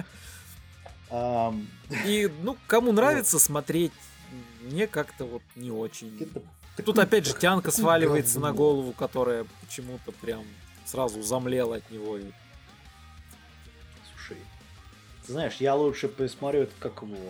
И, ну, кому нравится смотреть, мне как-то вот не очень. Тут опять же тянка сваливается на голову, которая почему-то прям сразу замлела от него. Слушай, ты знаешь, я лучше посмотрю это как его...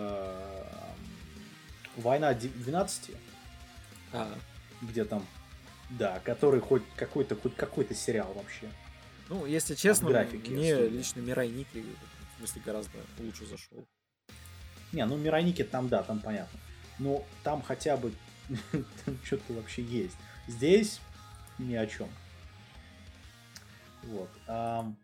«Война двенадцати». А. Где там, да, который хоть какой-то, хоть какой-то сериал вообще. Ну, если честно, мне студии. Лично Мирай Ники, в смысле, гораздо лучше зашел. Не, ну Мирай Ники там, да, там понятно. Но там хотя бы там что-то вообще есть. Здесь ни о чем. Вот. А...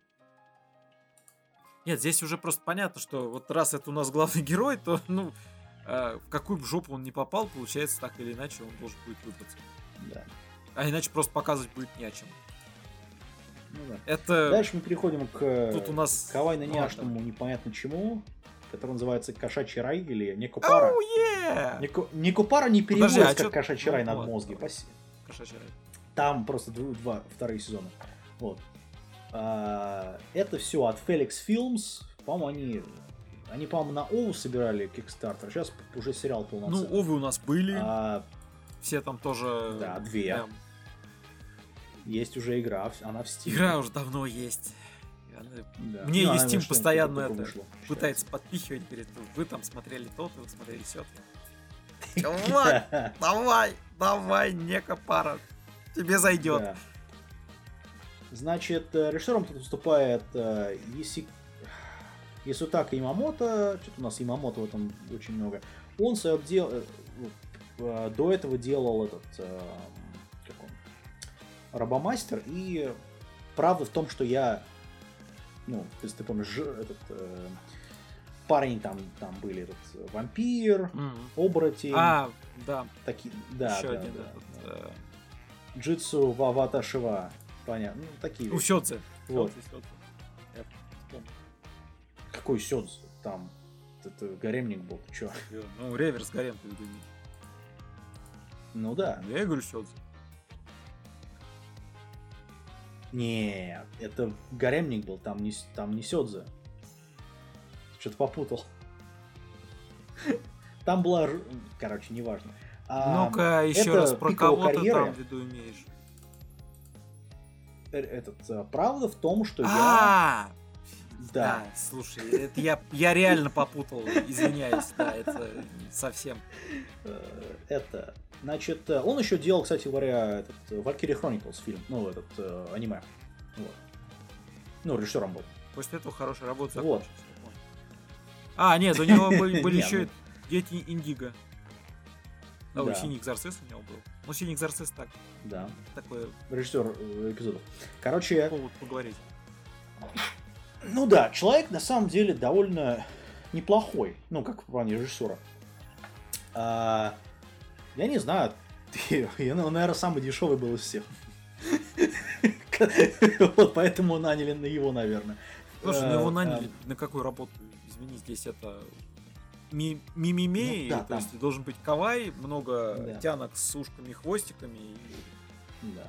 Нет, здесь уже просто понятно, что вот раз это у нас главный герой, то, ну, в какую бы жопу он не попал, получается, так или иначе он должен будет выбраться. Да. А иначе просто показывать будет не о чем. Ну, да. Это... Дальше мы переходим к Тут у нас... кавайно-няшному непонятно чему, который называется «Кошачий рай» или «Некупара». Oh, yeah! Неку... Некупара не переводится Подожди, а как чё... «Кошачий рай» ну, над вот, мозги. вот. Кошачий рай. Там просто два, два вторые сезона. Вот. А, это все от Felix Films. По-моему, они... Они, по-моему, на Ову собирали Kickstarter. Сейчас уже сериал полноценный. Ну, Овы у нас были. А... Все там тоже... Да, две. Прям... Есть уже игра, она в Steam. Игра уже давно есть. Да. Мне Ну, она, Юстим конечно, постоянно только это вышло, пытается подпихивать, говорит, вы там смотрели то, вы смотрели сё. Чувак, давай, давай, нека пара, тебе зайдет. Да. Значит, э, режиссером тут выступает э, Еси... Ясутака Ямамото. Что-то у нас Ямамото в этом очень много. Он в своем дел... э, э, до этого делал этот... э, как он? Рабомастер. И правда в том, что я... Ну, если ты помнишь, ж... этот... Э, парень там, там были этот э, вампир, Мгм. оборотень. А, да, Такие... Да, еще да, один да, этот, да. э, Джитсу Вавата Шива. Понятно. Ну, такие у вещи. Сёдзе. Вот. Сёдзе, Сёдзе. Я вспомнил. Какой Сёдз? Там это гаремник был, ты чё? Ну, реверс гарем ты видишь. Ну да. Я и говорю Сёдзе. Не, это гаремник был, там не, там не Сёдзе. Что-то попутал. Там была... ж- Короче, неважно. А, Ну-ка, еще это раз про пик его кого ты карьеры. там в виду имеешь. э, Этот, э, правда в том, что я... А, Да. да, слушай, это я, я реально попутал, извиняюсь, да, это совсем. э, Это... Значит, э, он еще делал, кстати говоря, этот э, Valkyrie Chronicles фильм. Ну, этот э, аниме. Вот. Ну, режиссером был. После этого хорошая работа Вот. закончилась. я понял. А, нет, у него были, были Не, еще ну- дети Индиго. Ой, Да. Синий Экзорцист у него был. Ну, Синий Экзорцист так, Да. такой Режиссер э, эпизодов. Короче, повод поговорить. ну да, человек на самом деле довольно неплохой, ну, как в плане режиссера. А, я не знаю, я, ну, наверное, самый дешевый был из всех. Вот, поэтому наняли на его, наверное. Слушай, ну его А, наняли на какую работу? Извини, здесь это ми- мимимей, Ну да, то там. есть должен быть кавай, много Да. тянок с ушками и хвостиками. и- Да.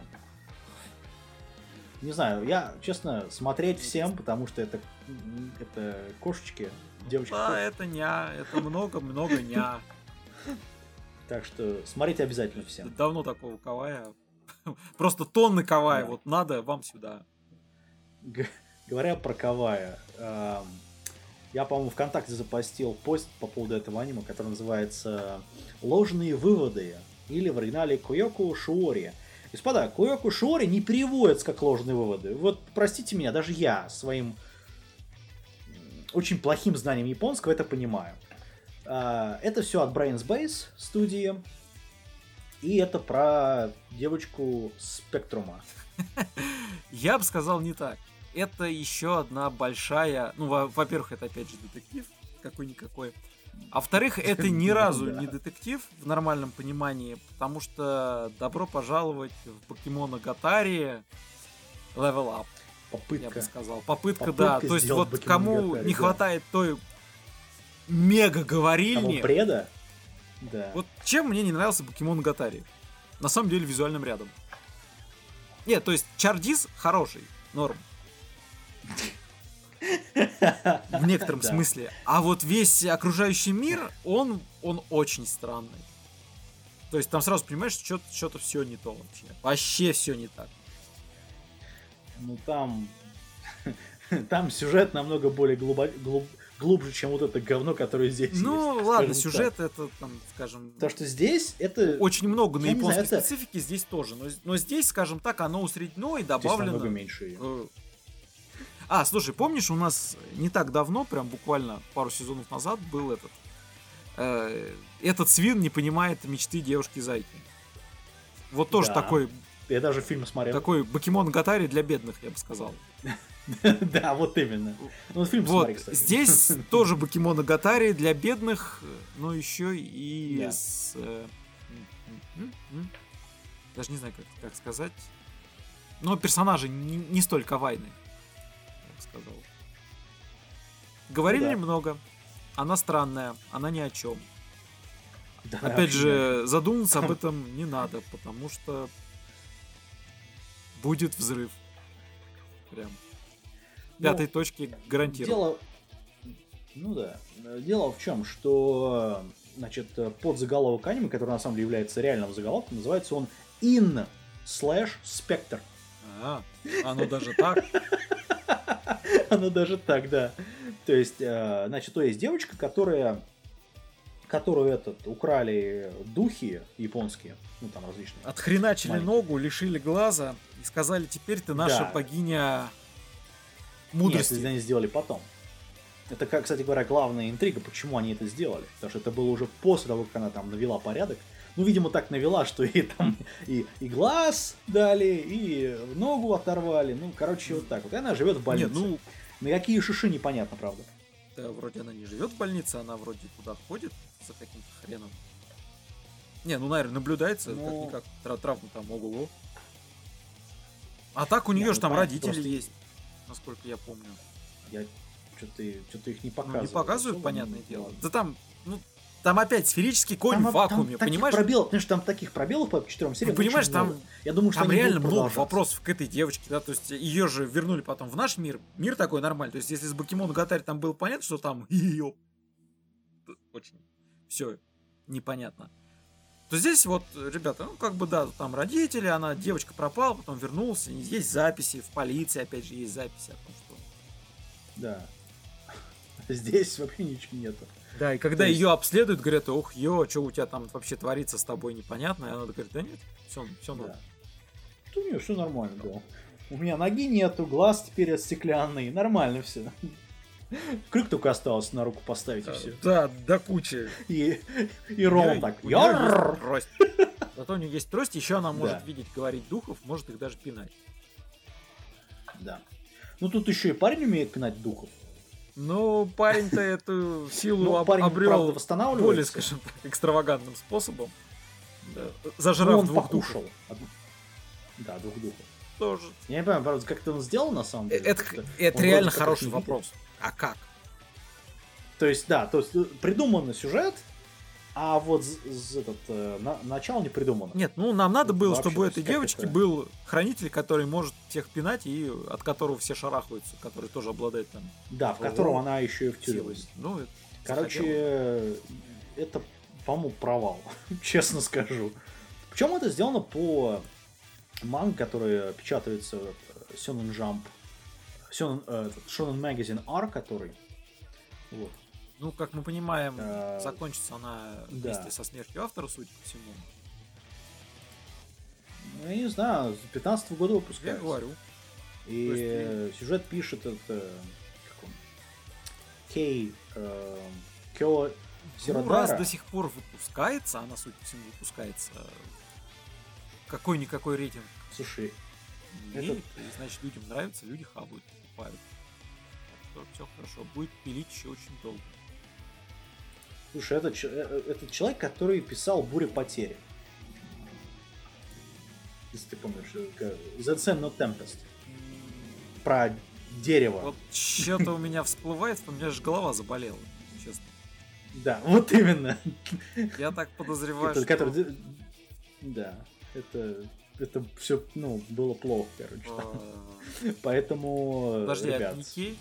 Не знаю, я, честно, смотреть всем, потому что это, это кошечки, девочки. Да, это ня, это много-много ня. Так что смотреть обязательно всем. Давно такого кавая. Просто тонны кавая, Да. вот надо вам сюда. Г- Говоря про Кавая, эм, я, по-моему, ВКонтакте запостил пост по поводу этого аниме, который называется «Ложные выводы» или в оригинале «Куёку Шиори». Господа, «Куёку Шиори» не переводится как «ложные выводы». Вот, простите меня, даже я своим м, очень плохим знанием японского это понимаю. А, Это все от Brains Base студии. И это про девочку Спектрума. Я бы сказал не так. Это еще одна большая... Ну, во- во-первых, это опять же детектив какой-никакой. А во-вторых, это ни разу Да. не детектив в нормальном понимании, потому что добро пожаловать в Покемона Гатари Level Up, я бы Попытка. сказал. Попытка, Попытка да. То есть сделать вот Покемон кому Гатари, не да. хватает той Кому мега-говорильни... преда? Да. Вот чем мне не нравился Покемон Гатари? На самом деле визуальным рядом. Нет, то есть Чардис хороший, норм. В некотором Да. смысле. А вот весь окружающий мир, он, он очень странный. То есть там сразу понимаешь, что что-то, что-то все не то вообще. Вообще все не так. Ну там... Там сюжет намного более глубо- глуб- глубже, чем вот это говно, которое здесь Ну есть. ладно, скажем сюжет это там, скажем, так. То, что здесь, это очень много на я не знаю, японской это- специфике здесь тоже. Но, но здесь, скажем так, оно усреднено и здесь добавлено. намного меньше ее. Э, А, слушай, помнишь, у нас не так давно, прям буквально пару сезонов назад, был этот... э, этот свин не понимает мечты девушки-зайки. Вот тоже Да. такой, Я даже фильм смотрел. такой Покемон Гатари для бедных, я бы сказал. Да, вот именно. Ну, фильм Вот, посмотри, кстати. здесь тоже Покемон Гатари для бедных, но еще и Да. с... э, м, м, м. Даже не знаю, как, как сказать. Но персонажи не, не столь кавайные, я бы сказал. Говорили да. немного. Она странная, она ни о чем. Да, Опять вообще. же, задуматься об этом не надо, потому что будет взрыв. Прям. Ну, Пятой точки гарантирую. Дело... Ну да. Дело в чем, что значит, подзаголовок аниме, который на самом деле является реальным заголовком, называется он In slash Spectre. А, оно даже так? ну даже так, да. То есть, э, значит, то есть девочка, которая, которую этот, украли духи японские, ну там различные. Отхреначили маленькие. ногу, лишили глаза и сказали, теперь ты наша Да. богиня Мудрости. мудрости. Нет, они сделали потом. Это, как, кстати говоря, главная интрига, почему они это сделали. Потому что это было уже после того, как она там навела порядок. Ну, видимо, так навела, что и там и, и глаз дали, и ногу оторвали. Ну, короче, вот так вот. И она живет в больнице. Нет, ну, На какие шиши, непонятно, правда. да, вроде она не живет в больнице, она вроде туда ходит за каким-то хреном. Не, ну, наверное, наблюдается, Ну- как-никак, тра- травма там ого. А так у Не, нее ну, же там понятно, родители просто- есть, насколько я помню. Я что-то, что-то их не Ну, показывают. не показывают, особо, понятное ну, дело. ладно. Да там, ну, там опять сферический конь Там, в там вакууме, таких понимаешь? пробелов, потому что там таких пробелов по четырем сериям Ну, понимаешь, очень там- много. Я думаю, что Там они будут реально много продолжаться. вопросов к этой девочке, да, то есть ее же вернули потом в наш мир, мир такой нормальный, то есть если с Бакимон Гатари там было понятно, что там ее очень все непонятно, то здесь вот, ребята, ну как бы да, там родители, она, девочка пропала, потом вернулся, есть записи, в полиции опять же есть записи о том, что... Да. Здесь вообще ничего нету. Да, и когда То есть- ее обследуют, говорят, ох, ё, что у тебя там вообще творится с тобой непонятно, и она говорит, да нет, все, все Да. норм. Да у нее все нормально, да. У меня ноги нету, глаз теперь стеклянный. Нормально все. Крюк только осталось на руку поставить и все. Да, до кучи. И, и Рома неё- так. у неё есть «Ярррр!» трость. Зато у нее есть трость, еще она может Да. видеть, говорить духов, может их даже пинать. Да. Ну тут еще и парень умеет пинать духов. Ну, парень-то эту силу Ну, об- парень, обрел правда, восстанавливается. более, скажем так, экстравагантным способом. Да. Ну, Зажрав он двух покушал. духов. Од- Да, двух духов. Тоже. Я не понимаю, правда, как это он сделал на самом деле. Это, Как-то это он реально вроде как хороший их не видел. вопрос. А как? То есть, да, то есть э, придуман сюжет, а вот з- з- этот, э, на- начало не придумано. Нет, ну нам надо было, Вообще, чтобы у то есть этой как девочки это? был хранитель, который может всех пинать и от которого все шарахаются, который тоже обладает там Да, в Ого. котором она еще и силой. втюрилась. Ну, это Короче, захотела. э, это, по-моему, провал, честно скажу. Причем это сделано по манге, которая печатается в Shonen Jump, Shonen, э, этот, Shonen Magazine R, который. Вот. Ну, как мы понимаем, Э, закончится она да. вместе со смертью автора, судя по всему. Ну, я не знаю, с пятнадцатого года Я выпускается. говорю. И То есть э, сюжет пишет это как он, Кей э, Кё Ну, Сиродара. раз до сих пор выпускается, она, судя по всему, выпускается, какой-никакой рейтинг Слушай, имеет, Этот- и, значит, людям нравится, люди хавают, покупают. Так что все хорошо, будет пилить еще очень долго. слушай, это, ч- э, э, это человек, который писал «Буря потери». Если ты помнишь, э, как- The Sun No Tempest. Про дерево. Вот что-то у меня всплывает, у меня же голова заболела, честно. Да, вот именно. Я так подозреваю, Это, что... который- Да, это, это все, ну, было плохо, короче. э, Поэтому, э, Подожди, ребят, а Никей?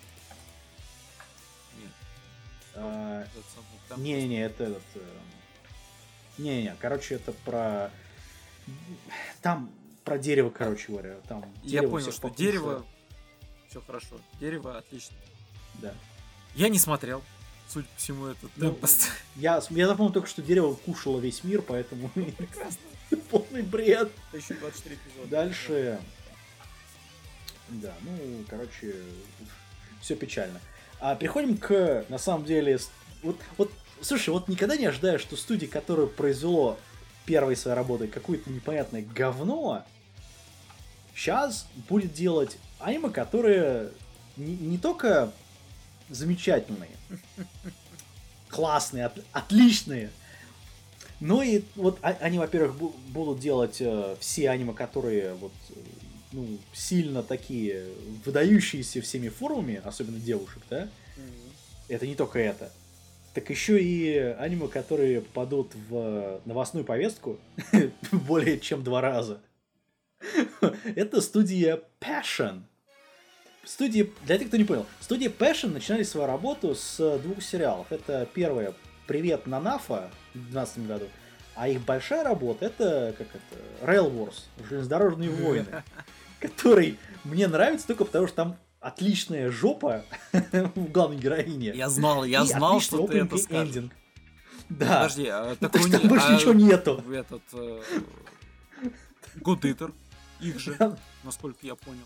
Нет. а, этот самый, там- не-не, это этот... э, Не-не, короче, это про... Там про дерево, короче говоря. Там Я дерево понял, всех что покушало. дерево... Все хорошо. Дерево отлично. Да. Я не смотрел. Судя по всему, этот Ну, Темпест. Я, я запомнил только, что дерево кушало весь мир, поэтому Прекрасно. полный бред. Еще двадцать четыре эпизода. Дальше... Да, ну, короче, все печально. А переходим к, на самом деле, с- вот, вот, слушай, вот никогда не ожидаешь, что студия, которая произвело первой своей работой какое-то непонятное говно, сейчас будет делать аниме, которые не, не только замечательные, классные, от- отличные, но и вот а- они, во-первых, бу- будут делать э, все аниме, которые вот э, ну, сильно такие выдающиеся всеми формами, особенно девушек, да? Это не только это. Так еще и аниме, которые попадут в новостную повестку более чем два раза. Это студия Passion. Студия, для тех, кто не понял, студия Passion начинали свою работу с двух сериалов. Это первое «Привет, Нанафа» в две тысячи двенадцатом году, а их большая работа это как это Rail Wars, железнодорожные войны, который мне нравится только потому, что там отличная жопа в главной героине. Я знал, я знал, что ты это скажешь. Эндинг. Да. Подожди, а так ну, там больше а, ничего нету. Этот э, God Eater, их же, насколько я понял.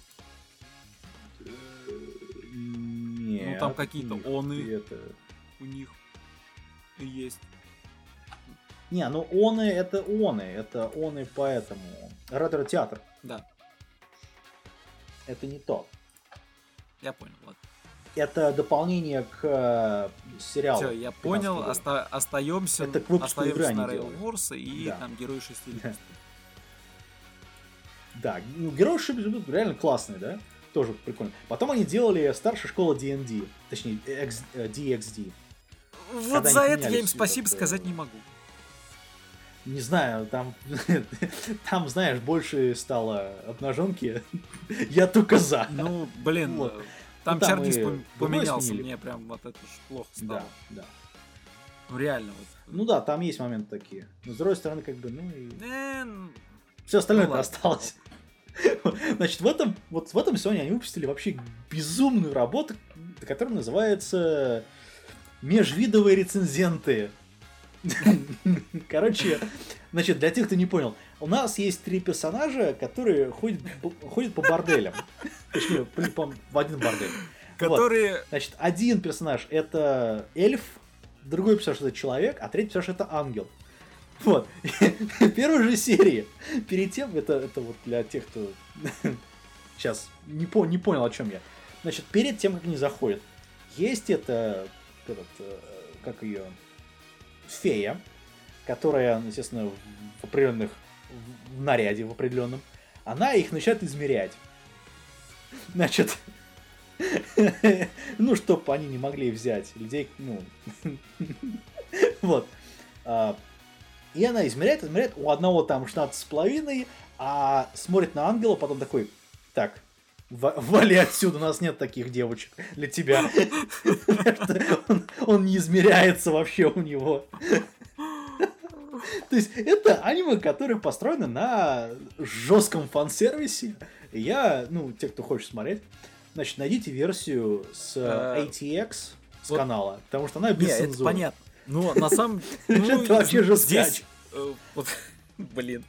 Нет. Ну там какие-то оны это... у них есть. Не, ну оны это оны, это оны поэтому. Ретро-театр. Да. Это не то. Я понял, ладно. Это дополнение к сериалу. Все, я понял, оста- остаемся, это остаемся на Rail Wars и да. там Герой шести лет. Да, ну Герой шести лет реально классный, да? Тоже прикольно. Потом они делали старшая школа ди энд ди, точнее ди экс ди. Вот за это я им спасибо этот... сказать не могу. Не знаю, там, там, знаешь, больше стало обнаженки. Я только за. Ну, блин, вот. Там, ну, там Чаргис пом- поменялся, мне прям вот это ж плохо стало. Да, да. Ну, реально. Вот. Ну да, там есть моменты такие. Но с другой стороны, как бы, ну и... Э, все остальное ну, осталось. Значит, в этом, вот в этом сезоне они выпустили вообще безумную работу, которая называется «Межвидовые рецензенты». Короче, значит, для тех, кто не понял, у нас есть три персонажа, которые ходят, ходят по борделям. Точнее, по, в один бордель. Которые... Вот. Значит, один персонаж это эльф, другой персонаж это человек, а третий персонаж это ангел. Вот. В первой же серии, перед тем, это, это вот для тех, кто сейчас не, по, не понял, о чем я. Значит, перед тем, как они заходят, есть это, этот, как ее, фея, которая, естественно, в определенных, в наряде, в определенном, она их начинает измерять. Значит, ну, чтобы они не могли взять людей, ну, вот. И она измеряет, измеряет, у одного там шестнадцать с половиной, а смотрит на ангела, потом такой, так, вали отсюда, у нас нет таких девочек для тебя. он, он не измеряется вообще у него. То есть это аниме, которое построено на жестком фан-сервисе. Я, ну, те, кто хочет смотреть, значит, найдите версию с эй ти экс с вот. канала, потому что она без не, цензуры. Это понятно. Но на самом деле... Это вообще жесткач. Блин.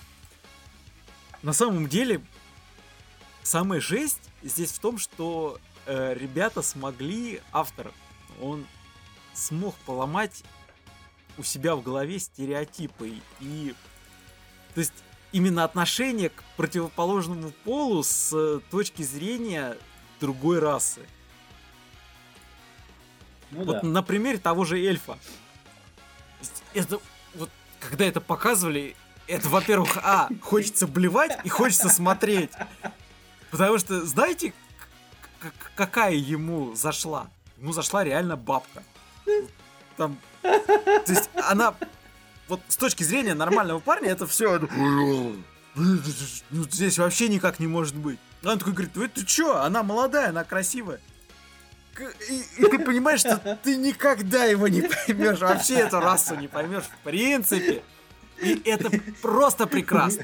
На самом деле, самая жесть здесь в том, что э, ребята смогли, автор, он смог поломать у себя в голове стереотипы. И, то есть, именно отношение к противоположному полу с э, точки зрения другой расы. Ну, вот да. на примере того же эльфа. Это, вот, когда это показывали, это, во-первых, а, хочется блевать и хочется смотреть. Потому что, знаете, какая ему зашла? Ему зашла реально бабка. Там, то есть она, вот с точки зрения нормального парня, это все, здесь вообще никак не может быть. Он такой говорит, вы ты чё? Она молодая, она красивая. И, и ты понимаешь, что ты никогда его не поймешь, вообще эту расу не поймешь, в принципе. И это просто прекрасно.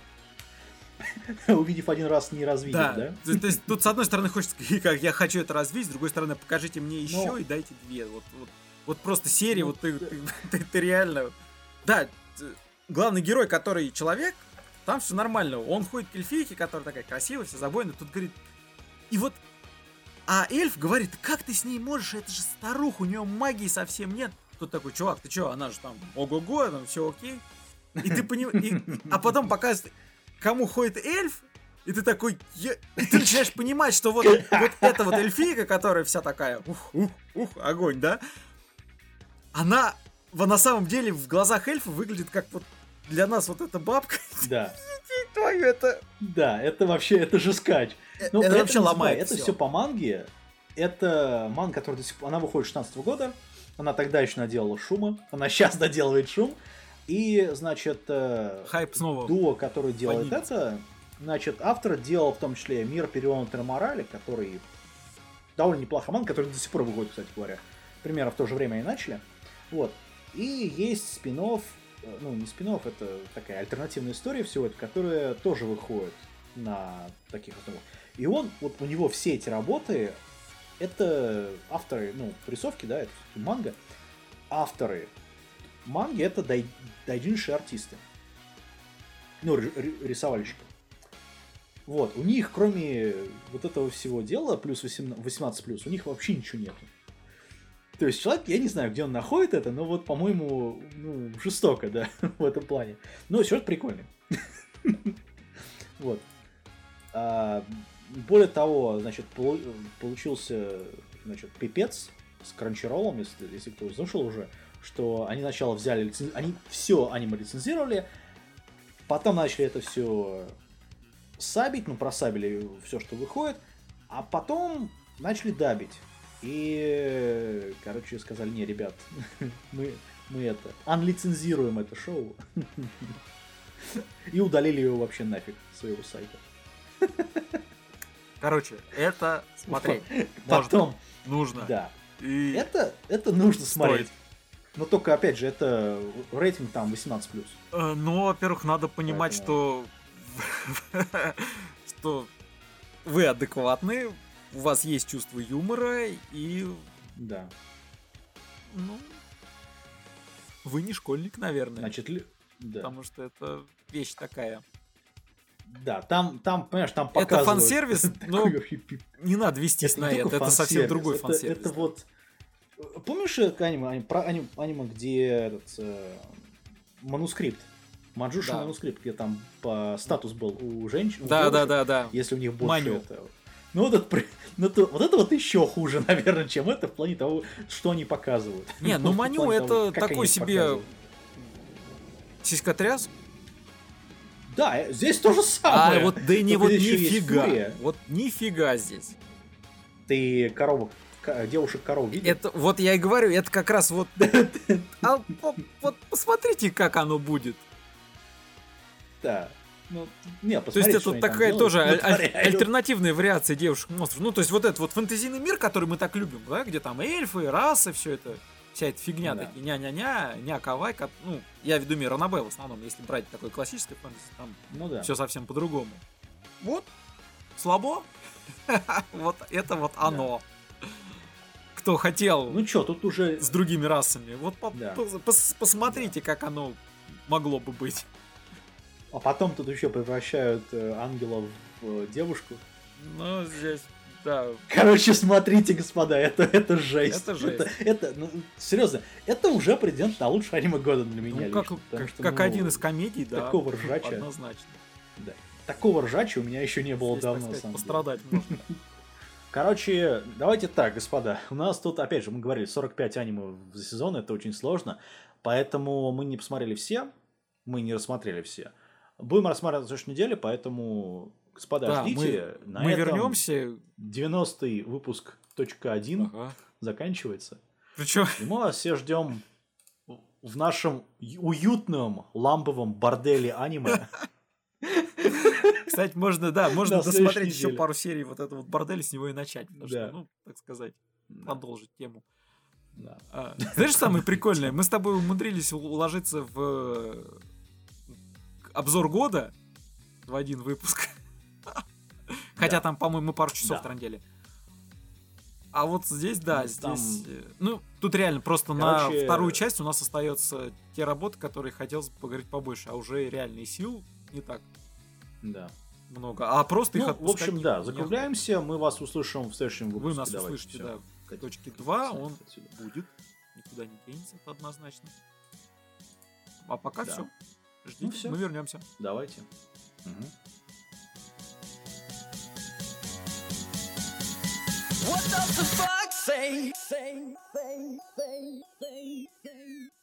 Увидев один раз, не развидеть, да? да? То, то есть тут с одной стороны хочется, как я хочу это развить, с другой стороны покажите мне еще Но... и дайте две. Вот, вот, вот просто серии, ну, вот ты, ты, ты, ты реально... Да, главный герой, который человек, там все нормально. Он ходит к эльфийке, которая такая красивая, вся забойная. Тут говорит... И вот... А эльф говорит, как ты с ней можешь? Это же старуха, у нее магии совсем нет. Тут такой, чувак, ты что, она же там ого-го, там все окей. И ты понимаешь... А потом показывает, кому ходит эльф, и ты такой... Я... И ты начинаешь понимать, что вот, вот эта вот эльфийка, которая вся такая... Ух, ух, ух, огонь, да? Она на самом деле в глазах эльфа выглядит как вот для нас вот эта бабка. Да. Твою, это... Да, это вообще, это же скач. Но это вообще ломает Это все по манге. Это манга, которая до сих пор... Она выходит с шестнадцатого года. Она тогда еще наделала шума. Она сейчас доделывает шум. И, значит... Хайп снова. Дуо, который делает поднимется. это... Значит, автор делал в том числе «Мир перевернутой морали», который... Довольно неплохая манга, которая до сих пор выходит, кстати говоря. Примерно в то же время они начали. Вот. И есть спин-офф, ну не спин-офф, это такая альтернативная история всего этого, которая тоже выходит. на таких основах. И он, вот у него все эти работы, это авторы, ну, рисовки, да, это манга. Авторы манги это дай, дайджинши артисты. Ну, р- р- рисовальщики. Вот, у них, кроме вот этого всего дела, плюс восемнадцать плюс, у них вообще ничего нету. То есть человек, я не знаю, где он находит это, но вот, по-моему, ну, жестоко, да, в этом плане. Но сюжет прикольный. Вот. А, более того, значит, получился, значит, пипец с Crunchyroll, если, если кто слышал уже, что они сначала взяли, лицензи... они все аниме лицензировали, потом начали это все сабить, ну, просабили все, что выходит, а потом начали дабить. И, короче, сказали, не, ребят, мы, мы это, анлицензируем это шоу. И удалили его вообще нафиг с своего сайта. Короче, это смотреть потом нужно. Да. И это, это нужно стоит. Смотреть. Но только, опять же, это рейтинг там восемнадцать плюс. Э, ну, во-первых, надо понимать, Поэтому... что... что вы адекватны, у вас есть чувство юмора, и... Да. Ну... Вы не школьник, наверное. Значит, ли... да. Потому что это вещь такая. Да, там, там, понимаешь, там показывают... Это фан-сервис, но не надо вестись это на это, это совсем другой это, фан-сервис. Это вот... Помнишь аниме, про аниме, аниме где этот, э, манускрипт? Маджуши Да. манускрипт, где там по статус был у женщин. Да, у да, девушек, да, да. Если у них больше Маню. это... Ну, вот это, ну, это, вот это вот еще хуже, наверное, чем это в плане того, что они показывают. Не, ну В Маню плане это того, как такой они себе показывают. сиськотряс. Да, здесь то же самое. А вот да и не Только вот еще есть нифига. фурия. Вот нифига здесь. Ты коровок, ко- девушек-коров видел? Это вот я и говорю, это как раз вот. А по- вот посмотрите, как оно будет. Да. Ну, не, То есть посмотрите, что это они там такая делают, тоже аль- аль- вытворяют. альтернативная вариация девушек-монстров. Ну, то есть вот этот вот фэнтезийный мир, который мы так любим, да, где там эльфы, расы, все это, вся эта фигня, Да. такие ня-ня-ня, ня-кавай, ка- ну, я веду мир Ранобэ в основном, если брать такой классический фэнтези, там Ну да. все совсем по-другому. Вот, слабо, вот это вот оно. Кто хотел Ну чё, тут уже... с другими расами, вот по- Да. пос- посмотрите, как оно могло бы быть. А потом тут еще превращают э, ангелов в э, девушку. Ну, здесь, да, Короче, смотрите, господа, это, это жесть. Это жесть. Это, это, ну, серьезно, это уже претендент на лучшее аниме года для меня ну, как, лично, потому как, что, как ну, один из комедий, да, такого ржача. однозначно. Да. Такого ржача у меня еще не было Здесь, давно, так на сказать, самом деле. пострадать можно. Короче, давайте так, господа. У нас тут, опять же, мы говорили, сорок пять аниме за сезон, это очень сложно. Поэтому мы не посмотрели все, мы не рассмотрели все. Будем рассматривать на следующей неделе, поэтому, господа, Да, ждите. мы, на мы этом вернемся. девяностый выпуск точка один Ага. заканчивается. Причем, И мы вас все ждем в нашем уютном ламповом борделе аниме. кстати, можно, да, можно На следующей досмотреть еще неделе. пару серий вот этого вот борделя, с него и начать. Потому Да. что, ну, так сказать, продолжить тему. Да. А, знаешь, самое прикольное? Мы с тобой умудрились у- уложиться в э, обзор года в один выпуск. Хотя Да. там, по-моему, мы пару часов Да. трындели. А вот здесь, да, Ну, здесь... там- э, Ну, тут реально просто на Короче- вторую часть у нас остается те работы, которые хотелось бы поговорить побольше, а уже реальные сил не так Да. много. А просто их Ну, в отпускать общем, не- да, не закругляемся. Мы вас услышим в следующем выпуске. Вы нас Давайте, услышите, всё. да, в Катя, точке два, кстати, он отсюда. будет, никуда не денется, это однозначно. А пока Да. все. Ждите, Ну, всё. мы вернемся. Давайте. Мгм. What does the fox say? Say, say, say, say, say.